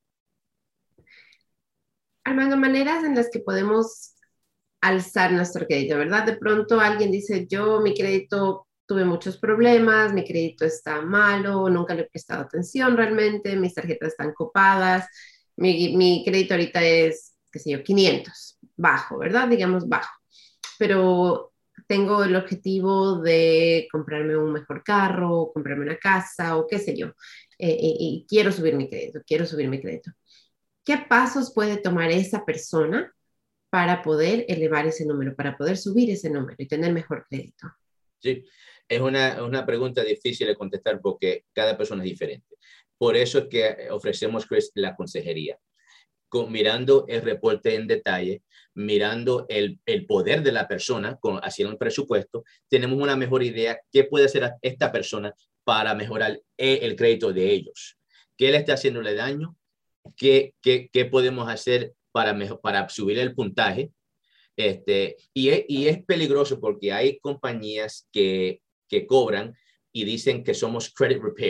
Armando, maneras en las que podemos alzar nuestro crédito, ¿verdad? De pronto alguien dice, yo mi crédito tuve muchos problemas, mi crédito está malo, nunca le he prestado atención realmente, mis tarjetas están copadas, mi, mi crédito ahorita es, qué sé yo, quinientos, bajo, ¿verdad? Digamos bajo, pero tengo el objetivo de comprarme un mejor carro, comprarme una casa o qué sé yo, eh, y, y quiero subir mi crédito, quiero subir mi crédito. ¿Qué pasos puede tomar esa persona para poder elevar ese número, para poder subir ese número y tener mejor crédito? Sí, es una, una pregunta difícil de contestar porque cada persona es diferente. Por eso es que ofrecemos, Chris, la consejería. Con, mirando el reporte en detalle, mirando el, el poder de la persona, con, haciendo un presupuesto, tenemos una mejor idea qué puede hacer esta persona para mejorar el, el crédito de ellos. ¿Qué le está haciéndole daño? ¿Qué, qué, qué podemos hacer para, mejor, para subir el puntaje? Este, y, es, y es peligroso porque hay compañías que, que cobran y dicen que somos credit repair,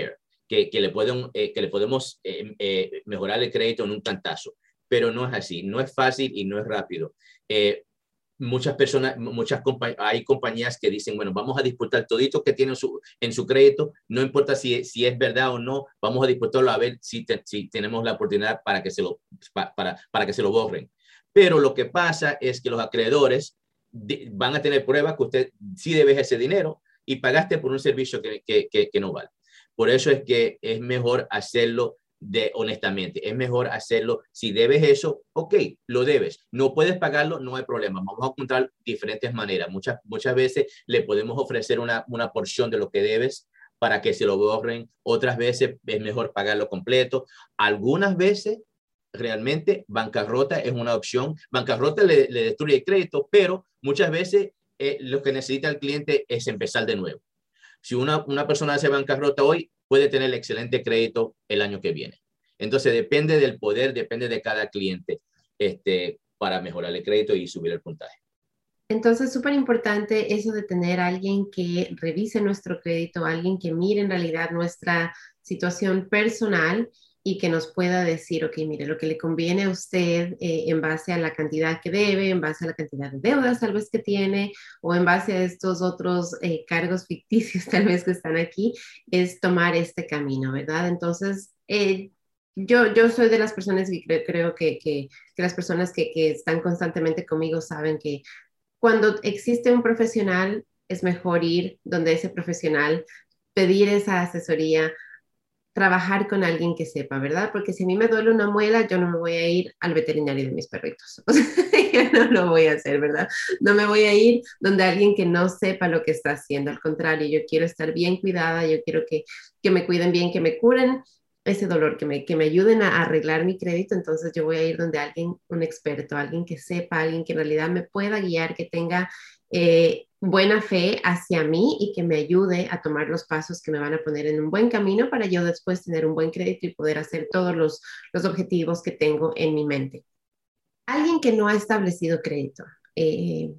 que, que, le, pueden, eh, que le podemos eh, eh, mejorar el crédito en un cantazo, pero no es así, no es fácil y no es rápido. Eh, muchas personas, muchas compa hay compañías que dicen, bueno, vamos a disputar todito que tienen su, en su crédito, no importa si, si es verdad o no, vamos a disputarlo a ver si, te, si tenemos la oportunidad para que, se lo, pa, para, para que se lo borren. Pero lo que pasa es que los acreedores de, van a tener pruebas que usted sí debe ese dinero y pagaste por un servicio que, que, que, que no vale. Por eso es que es mejor hacerlo de honestamente. Es mejor hacerlo. Si debes eso, ok, lo debes. No puedes pagarlo, no hay problema. Vamos a encontrar diferentes maneras. Muchas, muchas veces le podemos ofrecer una, una porción de lo que debes para que se lo borren. Otras veces es mejor pagarlo completo. Algunas veces realmente bancarrota es una opción. Bancarrota le, le destruye el crédito, pero muchas veces eh, lo que necesita el cliente es empezar de nuevo. Si una, una persona hace bancarrota hoy, puede tener excelente crédito el año que viene. Entonces, depende del poder, depende de cada cliente este, para mejorar el crédito y subir el puntaje. Entonces, súper importante eso de tener a alguien que revise nuestro crédito, alguien que mire en realidad nuestra situación personal y que nos pueda decir, ok, mire, lo que le conviene a usted eh, en base a la cantidad que debe, en base a la cantidad de deudas tal vez que tiene, o en base a estos otros eh, cargos ficticios tal vez que están aquí, es tomar este camino, ¿verdad? Entonces, eh, yo, yo soy de las personas que creo, creo que, que, que las personas que, que están constantemente conmigo saben que cuando existe un profesional, es mejor ir donde ese profesional, pedir esa asesoría, trabajar con alguien que sepa, ¿verdad? Porque si a mí me duele una muela, yo no me voy a ir al veterinario de mis perritos. O sea, yo no lo voy a hacer, ¿verdad? No me voy a ir donde alguien que no sepa lo que está haciendo. Al contrario, yo quiero estar bien cuidada, yo quiero que, que me cuiden bien, que me curen ese dolor, que me, que me ayuden a arreglar mi crédito. Entonces yo voy a ir donde alguien, un experto, alguien que sepa, alguien que en realidad me pueda guiar, que tenga eh, buena fe hacia mí y que me ayude a tomar los pasos que me van a poner en un buen camino para yo después tener un buen crédito y poder hacer todos los, los objetivos que tengo en mi mente. Alguien que no ha establecido crédito, eh,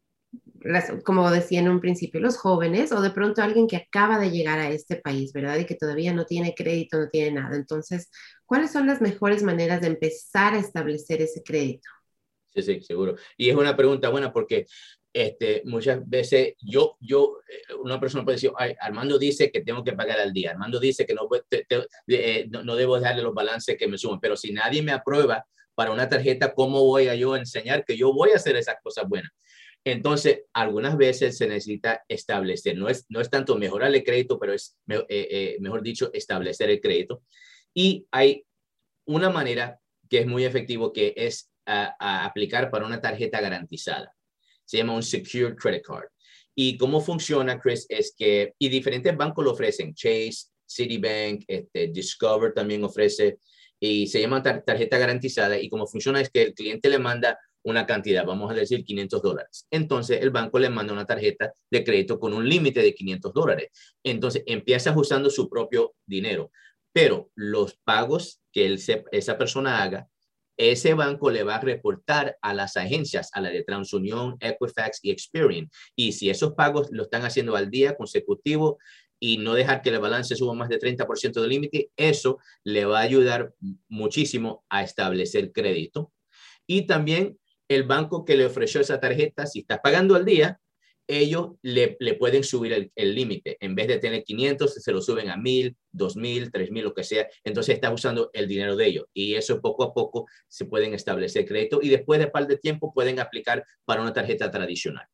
las, como decía en un principio, los jóvenes o de pronto alguien que acaba de llegar a este país, ¿verdad? Y que todavía no tiene crédito, no tiene nada. Entonces, ¿cuáles son las mejores maneras de empezar a establecer ese crédito? Sí, sí, seguro. Y es una pregunta buena porque este, muchas veces yo, yo, una persona puede decir, ay, Armando dice que tengo que pagar al día, Armando dice que no, te, te, eh, no, no debo darle los balances que me suman, pero si nadie me aprueba para una tarjeta, ¿cómo voy a yo enseñar que yo voy a hacer esas cosas buenas? Entonces, algunas veces se necesita establecer, no es, no es tanto mejorar el crédito, pero es, eh, eh, mejor dicho, establecer el crédito. Y hay una manera que es muy efectivo, que es a, a aplicar para una tarjeta garantizada. Se llama un Secure Credit Card. Y cómo funciona, Chris, es que, y diferentes bancos lo ofrecen, Chase, Citibank, este, Discover también ofrece, y se llama tar tarjeta garantizada, y cómo funciona es que el cliente le manda una cantidad, vamos a decir quinientos dólares. Entonces el banco le manda una tarjeta de crédito con un límite de quinientos dólares. Entonces empiezas usando su propio dinero, pero los pagos que él se, esa persona haga, ese banco le va a reportar a las agencias, a la de TransUnion, Equifax y Experian. Y si esos pagos lo están haciendo al día consecutivo y no dejar que el balance suba más de treinta por ciento del límite, eso le va a ayudar muchísimo a establecer crédito. Y también el banco que le ofreció esa tarjeta, si está pagando al día, ellos le, le pueden subir el, el límite. En vez de tener quinientos, se lo suben a mil, dos mil, tres mil, lo que sea. Entonces está usando el dinero de ellos. Y eso poco a poco se pueden establecer crédito y después de un par de tiempo pueden aplicar para una tarjeta tradicional.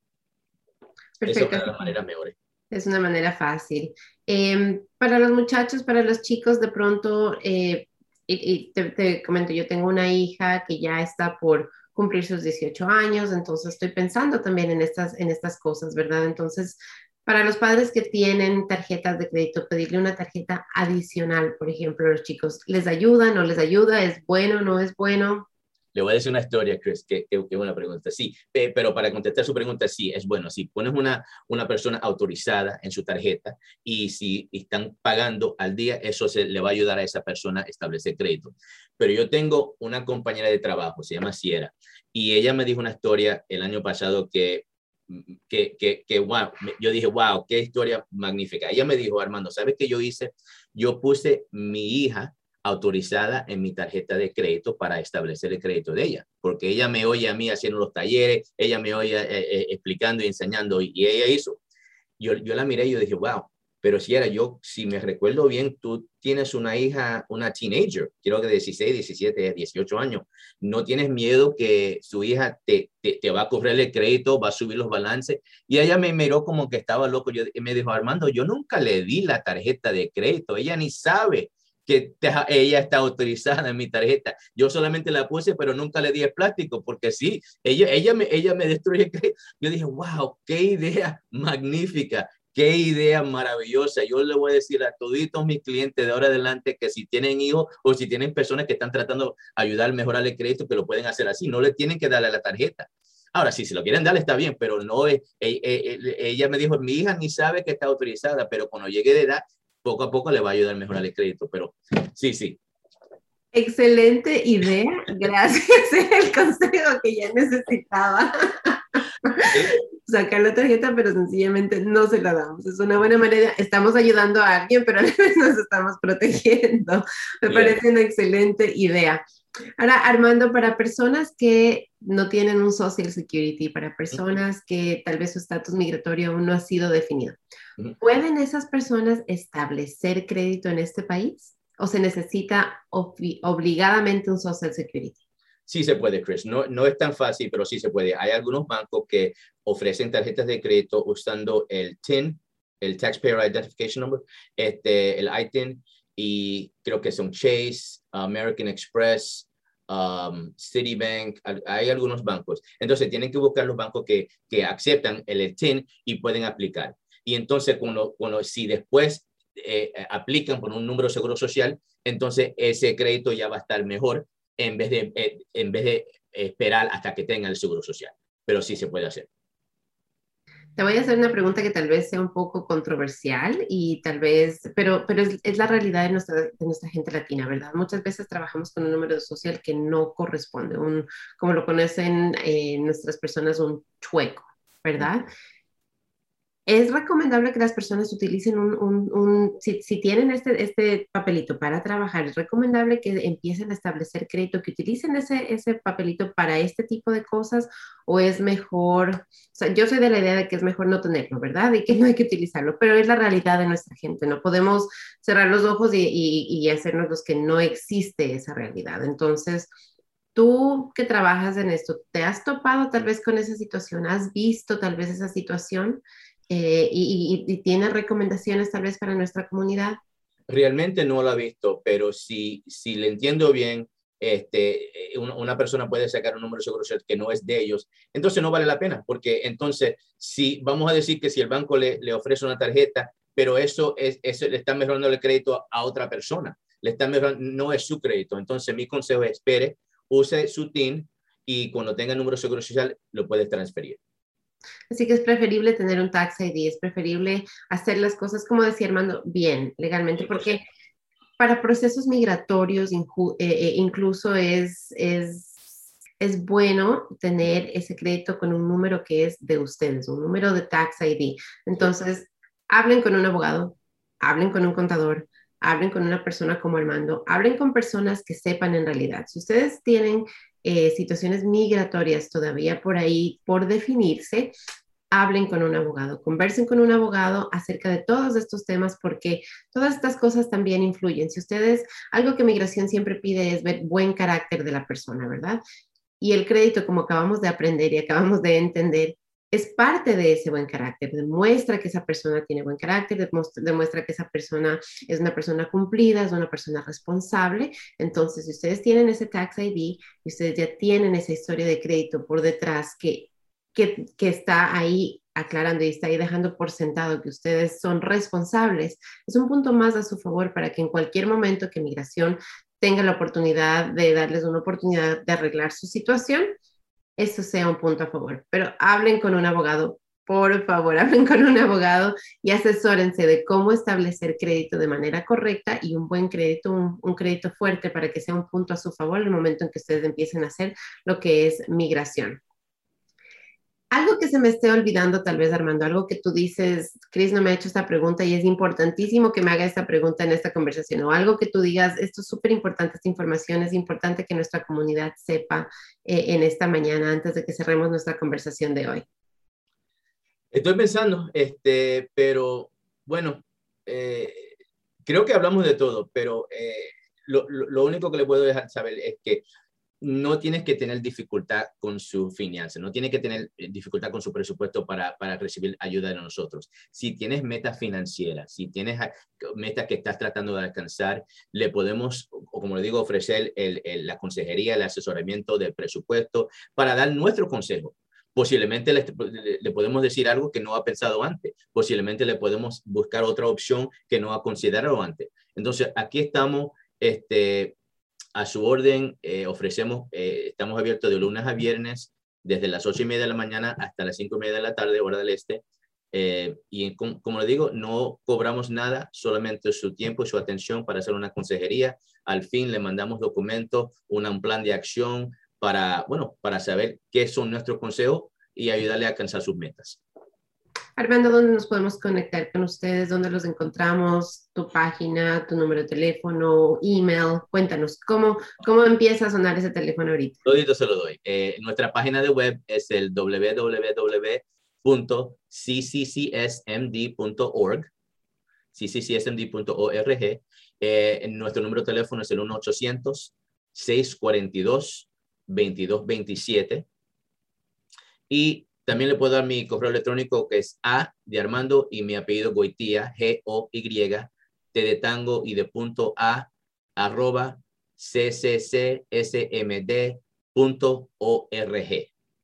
Eso es una de las maneras mejores. Es una manera fácil. Eh, para los muchachos, para los chicos, de pronto, eh, y, y te, te comento, yo tengo una hija que ya está por cumplir sus dieciocho años, entonces estoy pensando también en estas, en estas cosas, ¿verdad? Entonces, para los padres que tienen tarjetas de crédito, pedirle una tarjeta adicional, por ejemplo, a los chicos, ¿les ayuda, no les ayuda? ¿Es bueno, no es bueno? Le voy a decir una historia, Chris, que es una pregunta. Sí, eh, pero para contestar su pregunta, sí, es bueno. Si pones una, una persona autorizada en su tarjeta y si están pagando al día, eso se, le va a ayudar a esa persona a establecer crédito. Pero yo tengo una compañera de trabajo, se llama Sierra, y ella me dijo una historia el año pasado que que, que, que, wow, yo dije, wow, qué historia magnífica. Ella me dijo, Armando, ¿sabes qué yo hice? Yo puse mi hija autorizada en mi tarjeta de crédito para establecer el crédito de ella, porque ella me oye a mí haciendo los talleres, ella me oye eh, eh, explicando y enseñando, y, y ella hizo. Yo, yo la miré y yo dije, wow, pero si era yo, si me recuerdo bien, tú tienes una hija, una teenager, creo que de dieciséis, diecisiete, dieciocho años. No tienes miedo que su hija te, te, te va a correr el crédito, va a subir los balances. Y ella me miró como que estaba loco. Yo, y me dijo, Armando, yo nunca le di la tarjeta de crédito. Ella ni sabe que te, ella está autorizada en mi tarjeta. Yo solamente la puse, pero nunca le di el plástico, porque sí, ella, ella, me, ella me destruye el crédito. Yo dije, wow, qué idea magnífica. Qué idea maravillosa. Yo le voy a decir a toditos mis clientes de ahora adelante que si tienen hijos o si tienen personas que están tratando de ayudar a mejorar el crédito, que lo pueden hacer así. No le tienen que darle la tarjeta. Ahora, sí, si lo quieren dar, está bien, pero no es. Ella, ella me dijo, mi hija ni sabe que está autorizada, pero cuando llegue de edad, poco a poco le va a ayudar a mejorar el crédito. Pero sí, sí. Excelente idea. Gracias. Es el consejo que ya necesitaba. ¿Sí? Sacar la tarjeta, pero sencillamente no se la damos. Es una buena manera. Estamos ayudando a alguien, pero a la vez nos estamos protegiendo. Me yeah. parece una excelente idea. Ahora, Armando, para personas que no tienen un Social Security, para personas que tal vez su estatus migratorio aún no ha sido definido, ¿pueden esas personas establecer crédito en este país? ¿O se necesita ob- obligadamente un Social Security? Sí se puede, Chris. No, no es tan fácil, pero sí se puede. Hay algunos bancos que ofrecen tarjetas de crédito usando el T I N, el Taxpayer Identification Number, este, el I T I N, y creo que son Chase, American Express, um, Citibank. Hay algunos bancos. Entonces, tienen que buscar los bancos que, que aceptan el T I N y pueden aplicar. Y entonces, cuando, cuando, si después eh, aplican por un número de seguro social, entonces ese crédito ya va a estar mejor en vez de, eh, en vez de esperar hasta que tengan el seguro social. Pero sí se puede hacer. Te voy a hacer una pregunta que tal vez sea un poco controversial y tal vez, pero, pero es, es la realidad de nuestra, de nuestra gente latina, ¿verdad? Muchas veces trabajamos con un número social que no corresponde, un, como lo conocen eh, nuestras personas, un chueco, ¿verdad? Es recomendable que las personas utilicen un, un, un si, si tienen este, este papelito para trabajar, es recomendable que empiecen a establecer crédito, que utilicen ese, ese papelito para este tipo de cosas, o es mejor, o sea, yo soy de la idea de que es mejor no tenerlo, ¿verdad? Y que no hay que utilizarlo, pero es la realidad de nuestra gente, no podemos cerrar los ojos y, y, y hacernos los que no existe esa realidad. Entonces, tú que trabajas en esto, ¿te has topado tal vez con esa situación? ¿Has visto tal vez esa situación? Eh, y, y, y tiene recomendaciones tal vez para nuestra comunidad. Realmente no lo he visto, pero si, si le entiendo bien, este, una, una persona puede sacar un número de seguro social que no es de ellos, entonces no vale la pena, porque entonces, si vamos a decir que si el banco le, le ofrece una tarjeta, pero eso, es, eso le está mejorando el crédito a, a otra persona, le está mejorando, no es su crédito. Entonces mi consejo es, espere, use su T I N y cuando tenga el número de seguro social lo puedes transferir. Así que es preferible tener un tax I D, es preferible hacer las cosas, como decía Armando, bien, legalmente, porque para procesos migratorios inju- eh, incluso es, es, es bueno tener ese crédito con un número que es de ustedes, un número de tax I D. Entonces, hablen con un abogado, hablen con un contador, hablen con una persona como Armando, hablen con personas que sepan en realidad. Si ustedes tienen eh, situaciones migratorias todavía por ahí por definirse, hablen con un abogado, conversen con un abogado acerca de todos estos temas, porque todas estas cosas también influyen. Si ustedes, algo que migración siempre pide es ver buen carácter de la persona, ¿verdad? Y el crédito, como acabamos de aprender y acabamos de entender, es parte de ese buen carácter, demuestra que esa persona tiene buen carácter, demuestra que esa persona es una persona cumplida, es una persona responsable. Entonces, si ustedes tienen ese tax I D y ustedes ya tienen esa historia de crédito por detrás que, que, que está ahí aclarando y está ahí dejando por sentado que ustedes son responsables, es un punto más a su favor para que en cualquier momento que migración tenga la oportunidad de darles una oportunidad de arreglar su situación, eso sea un punto a favor. Pero hablen con un abogado, por favor, hablen con un abogado y asesórense de cómo establecer crédito de manera correcta y un buen crédito, un, un crédito fuerte para que sea un punto a su favor en el momento en que ustedes empiecen a hacer lo que es migración. Algo que se me esté olvidando tal vez, Armando, algo que tú dices, Chris no me ha hecho esta pregunta y es importantísimo que me haga esta pregunta en esta conversación, o algo que tú digas, esto es súper importante, esta información es importante que nuestra comunidad sepa eh, en esta mañana antes de que cerremos nuestra conversación de hoy. Estoy pensando, este, pero bueno, eh, creo que hablamos de todo, pero eh, lo, lo, lo único que le puedo dejar saber es que no tienes que tener dificultad con su finanzas, no tienes que tener dificultad con su presupuesto para, para recibir ayuda de nosotros. Si tienes metas financieras, si tienes metas que estás tratando de alcanzar, le podemos, o como le digo, ofrecer el, el, la consejería, el asesoramiento del presupuesto para dar nuestro consejo. Posiblemente le, le podemos decir algo que no ha pensado antes. Posiblemente le podemos buscar otra opción que no ha considerado antes. Entonces, aquí estamos este, a su orden. Eh, ofrecemos, eh, estamos abiertos de lunes a viernes, desde las ocho y media de la mañana hasta las cinco y media de la tarde, hora del este. Eh, y com, como le digo, no cobramos nada, solamente su tiempo y su atención para hacer una consejería. Al fin le mandamos documentos, una, un plan de acción, para, bueno, para saber qué son nuestros consejos y ayudarle a alcanzar sus metas. Armando, ¿dónde nos podemos conectar con ustedes? ¿Dónde los encontramos? ¿Tu página, tu número de teléfono, email? Cuéntanos, ¿cómo, cómo empieza a sonar ese teléfono ahorita? Todito se lo doy. Eh, nuestra página de web es el w w w punto c c c s m d punto org, c c c s m d punto org. Eh, nuestro número de teléfono es el uno ochocientos, seis cuatro dos, veintidós veintisiete, y también le puedo dar mi correo electrónico, que es A de Armando y mi apellido Goitía, G O Y, T de tango y de punto A, arroba c c c s m d punto org.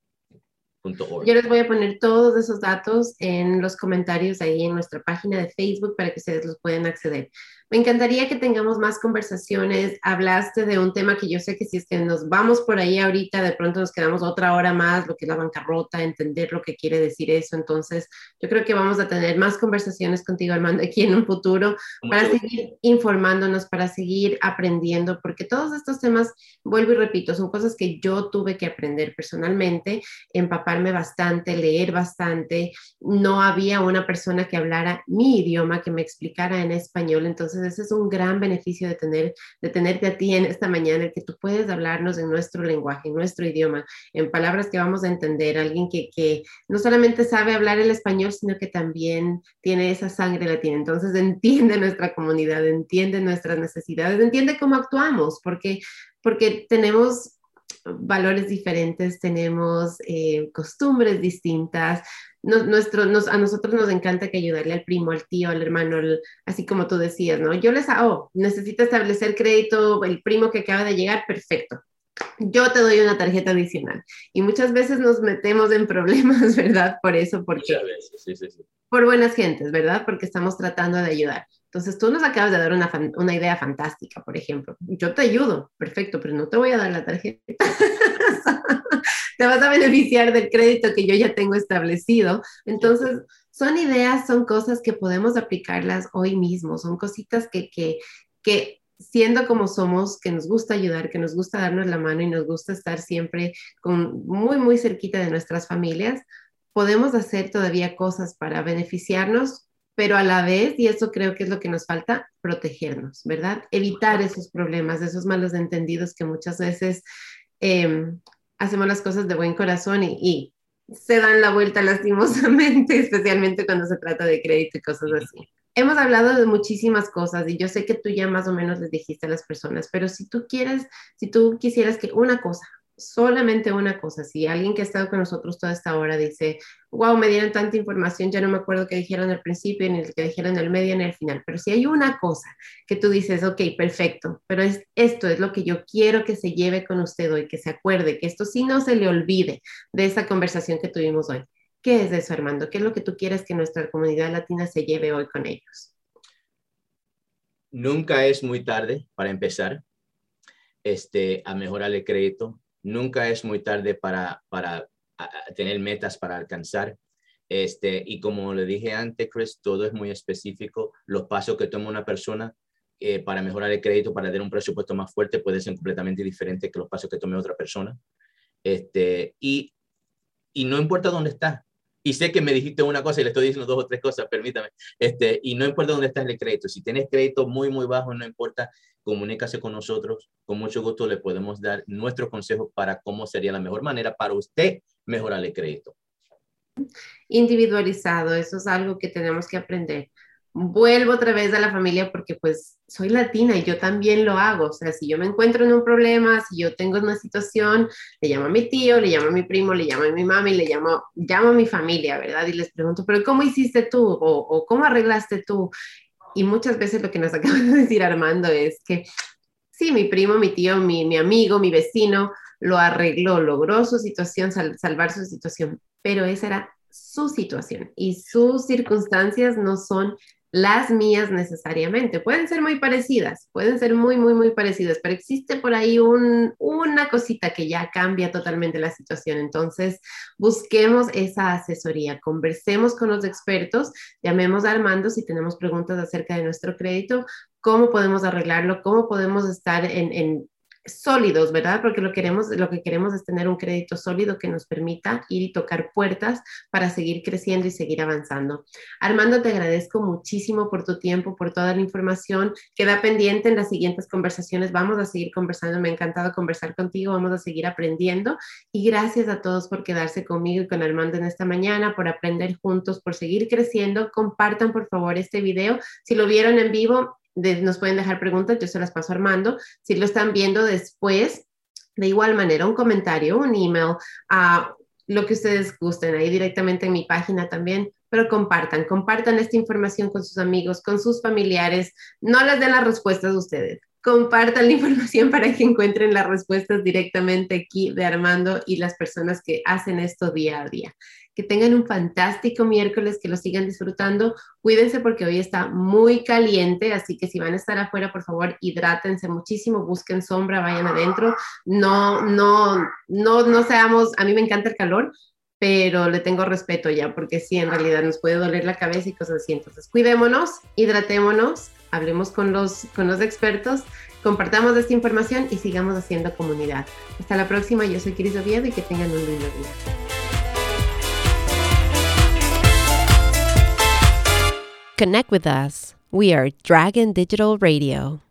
Yo les voy a poner todos esos datos en los comentarios ahí en nuestra página de Facebook para que ustedes los puedan acceder. Me encantaría que tengamos más conversaciones. Hablaste de un tema que yo sé que si es que nos vamos por ahí ahorita, de pronto nos quedamos otra hora más, lo que es la bancarrota, entender lo que quiere decir eso. Entonces, yo creo que vamos a tener más conversaciones contigo, Armando, aquí en un futuro, para seguir informándonos, para seguir aprendiendo, porque todos estos temas, vuelvo y repito, son cosas que yo tuve que aprender personalmente, empaparme bastante, leer bastante. No había una persona que hablara mi idioma, que me explicara en español. Entonces, ese es un gran beneficio de, tener, de tenerte a ti en esta mañana, que tú puedes hablarnos en nuestro lenguaje, en nuestro idioma, en palabras que vamos a entender. Alguien que, que no solamente sabe hablar el español, sino que también tiene esa sangre latina. Entonces, entiende nuestra comunidad, entiende nuestras necesidades, entiende cómo actuamos, porque, porque tenemos valores diferentes, tenemos eh, costumbres distintas. Nos, nuestro, nos, a nosotros nos encanta que ayudarle al primo, al tío, al hermano, el, así como tú decías, ¿no? Yo les hago, oh, necesita establecer crédito, el primo que acaba de llegar, perfecto. Yo te doy una tarjeta adicional. Y muchas veces nos metemos en problemas, ¿verdad? Por eso, porque... Muchas veces, sí, sí, sí. Por buenas gentes, ¿verdad? Porque estamos tratando de ayudar. Entonces, tú nos acabas de dar una, fan, una idea fantástica, por ejemplo. Yo te ayudo, perfecto, pero no te voy a dar la tarjeta. Te vas a beneficiar del crédito que yo ya tengo establecido. Entonces, son ideas, son cosas que podemos aplicarlas hoy mismo, son cositas que, que, que siendo como somos, que nos gusta ayudar, que nos gusta darnos la mano y nos gusta estar siempre con, muy, muy cerquita de nuestras familias, podemos hacer todavía cosas para beneficiarnos, pero a la vez, y eso creo que es lo que nos falta, protegernos, ¿verdad? Evitar esos problemas, esos malos entendidos que muchas veces eh, hacemos las cosas de buen corazón y, y se dan la vuelta lastimosamente, especialmente cuando se trata de crédito y cosas así. Hemos hablado de muchísimas cosas y yo sé que tú ya más o menos les dijiste a las personas, pero si tú quieres, si tú quisieras que una cosa, solamente una cosa, si alguien que ha estado con nosotros toda esta hora dice, wow, me dieron tanta información, ya no me acuerdo qué dijeron al principio, ni el que dijeron al medio, ni al final, pero si hay una cosa que tú dices, ok, perfecto, pero es, esto es lo que yo quiero que se lleve con usted hoy, que se acuerde, que esto sí no se le olvide de esa conversación que tuvimos hoy. ¿Qué es eso, Armando? ¿Qué es lo que tú quieres que nuestra comunidad latina se lleve hoy con ellos? Nunca es muy tarde para empezar este, a mejorar el crédito. Nunca es muy tarde para, para a, a tener metas para alcanzar. Este, y como le dije antes, Chris, todo es muy específico. Los pasos que toma una persona eh, para mejorar el crédito, para tener un presupuesto más fuerte, puede ser completamente diferente que los pasos que tome otra persona. Este, y, y no importa dónde está. y sé que me dijiste una cosa y le estoy diciendo dos o tres cosas, permítame, este, y no importa dónde está el crédito, si tienes crédito muy, muy bajo, no importa, comunícase con nosotros, con mucho gusto le podemos dar nuestros consejos para cómo sería la mejor manera para usted mejorar el crédito. Individualizado, eso es algo que tenemos que aprender. Vuelvo otra vez a la familia porque pues soy latina y yo también lo hago. O sea, si yo me encuentro en un problema, si yo tengo una situación, le llamo a mi tío, le llamo a mi primo, le llamo a mi mami, le llamo, llamo a mi familia, ¿verdad? Y les pregunto, ¿pero cómo hiciste tú? O, o ¿cómo arreglaste tú? Y muchas veces lo que nos acaba de decir Armando es que sí, mi primo, mi tío, mi, mi amigo, mi vecino lo arregló, logró su situación, sal, salvar su situación, pero esa era su situación y sus circunstancias no son las mías necesariamente. Pueden ser muy parecidas, pueden ser muy, muy, muy parecidas, pero existe por ahí un, una cosita que ya cambia totalmente la situación. Entonces, busquemos esa asesoría, conversemos con los expertos, llamemos a Armando si tenemos preguntas acerca de nuestro crédito, cómo podemos arreglarlo, cómo podemos estar en, en sólidos, ¿verdad? Porque lo, queremos, lo que queremos es tener un crédito sólido que nos permita ir y tocar puertas para seguir creciendo y seguir avanzando. Armando, te agradezco muchísimo por tu tiempo, por toda la información. Queda pendiente en las siguientes conversaciones. Vamos a seguir conversando. Me ha encantado conversar contigo. Vamos a seguir aprendiendo. Y gracias a todos por quedarse conmigo y con Armando en esta mañana, por aprender juntos, por seguir creciendo. Compartan, por favor, este video. Si lo vieron en vivo, De, nos pueden dejar preguntas, yo se las paso a Armando. Si lo están viendo después, de igual manera, un comentario, un email, a uh, lo que ustedes gusten, ahí directamente en mi página también, pero compartan, compartan esta información con sus amigos, con sus familiares, no les den las respuestas de ustedes, compartan la información para que encuentren las respuestas directamente aquí de Armando y las personas que hacen esto día a día. Que tengan un fantástico miércoles, que lo sigan disfrutando. Cuídense porque hoy está muy caliente, así que si van a estar afuera, por favor, hidrátense muchísimo, busquen sombra, vayan adentro. No, no, no, no seamos, a mí me encanta el calor, pero le tengo respeto ya, porque sí, en realidad nos puede doler la cabeza y cosas así. Entonces, cuidémonos, hidratémonos, hablemos con los, con los expertos, compartamos esta información y sigamos haciendo comunidad. Hasta la próxima, yo soy Cris Oviedo y que tengan un lindo día. Connect with us. We are Dragon Digital Radio.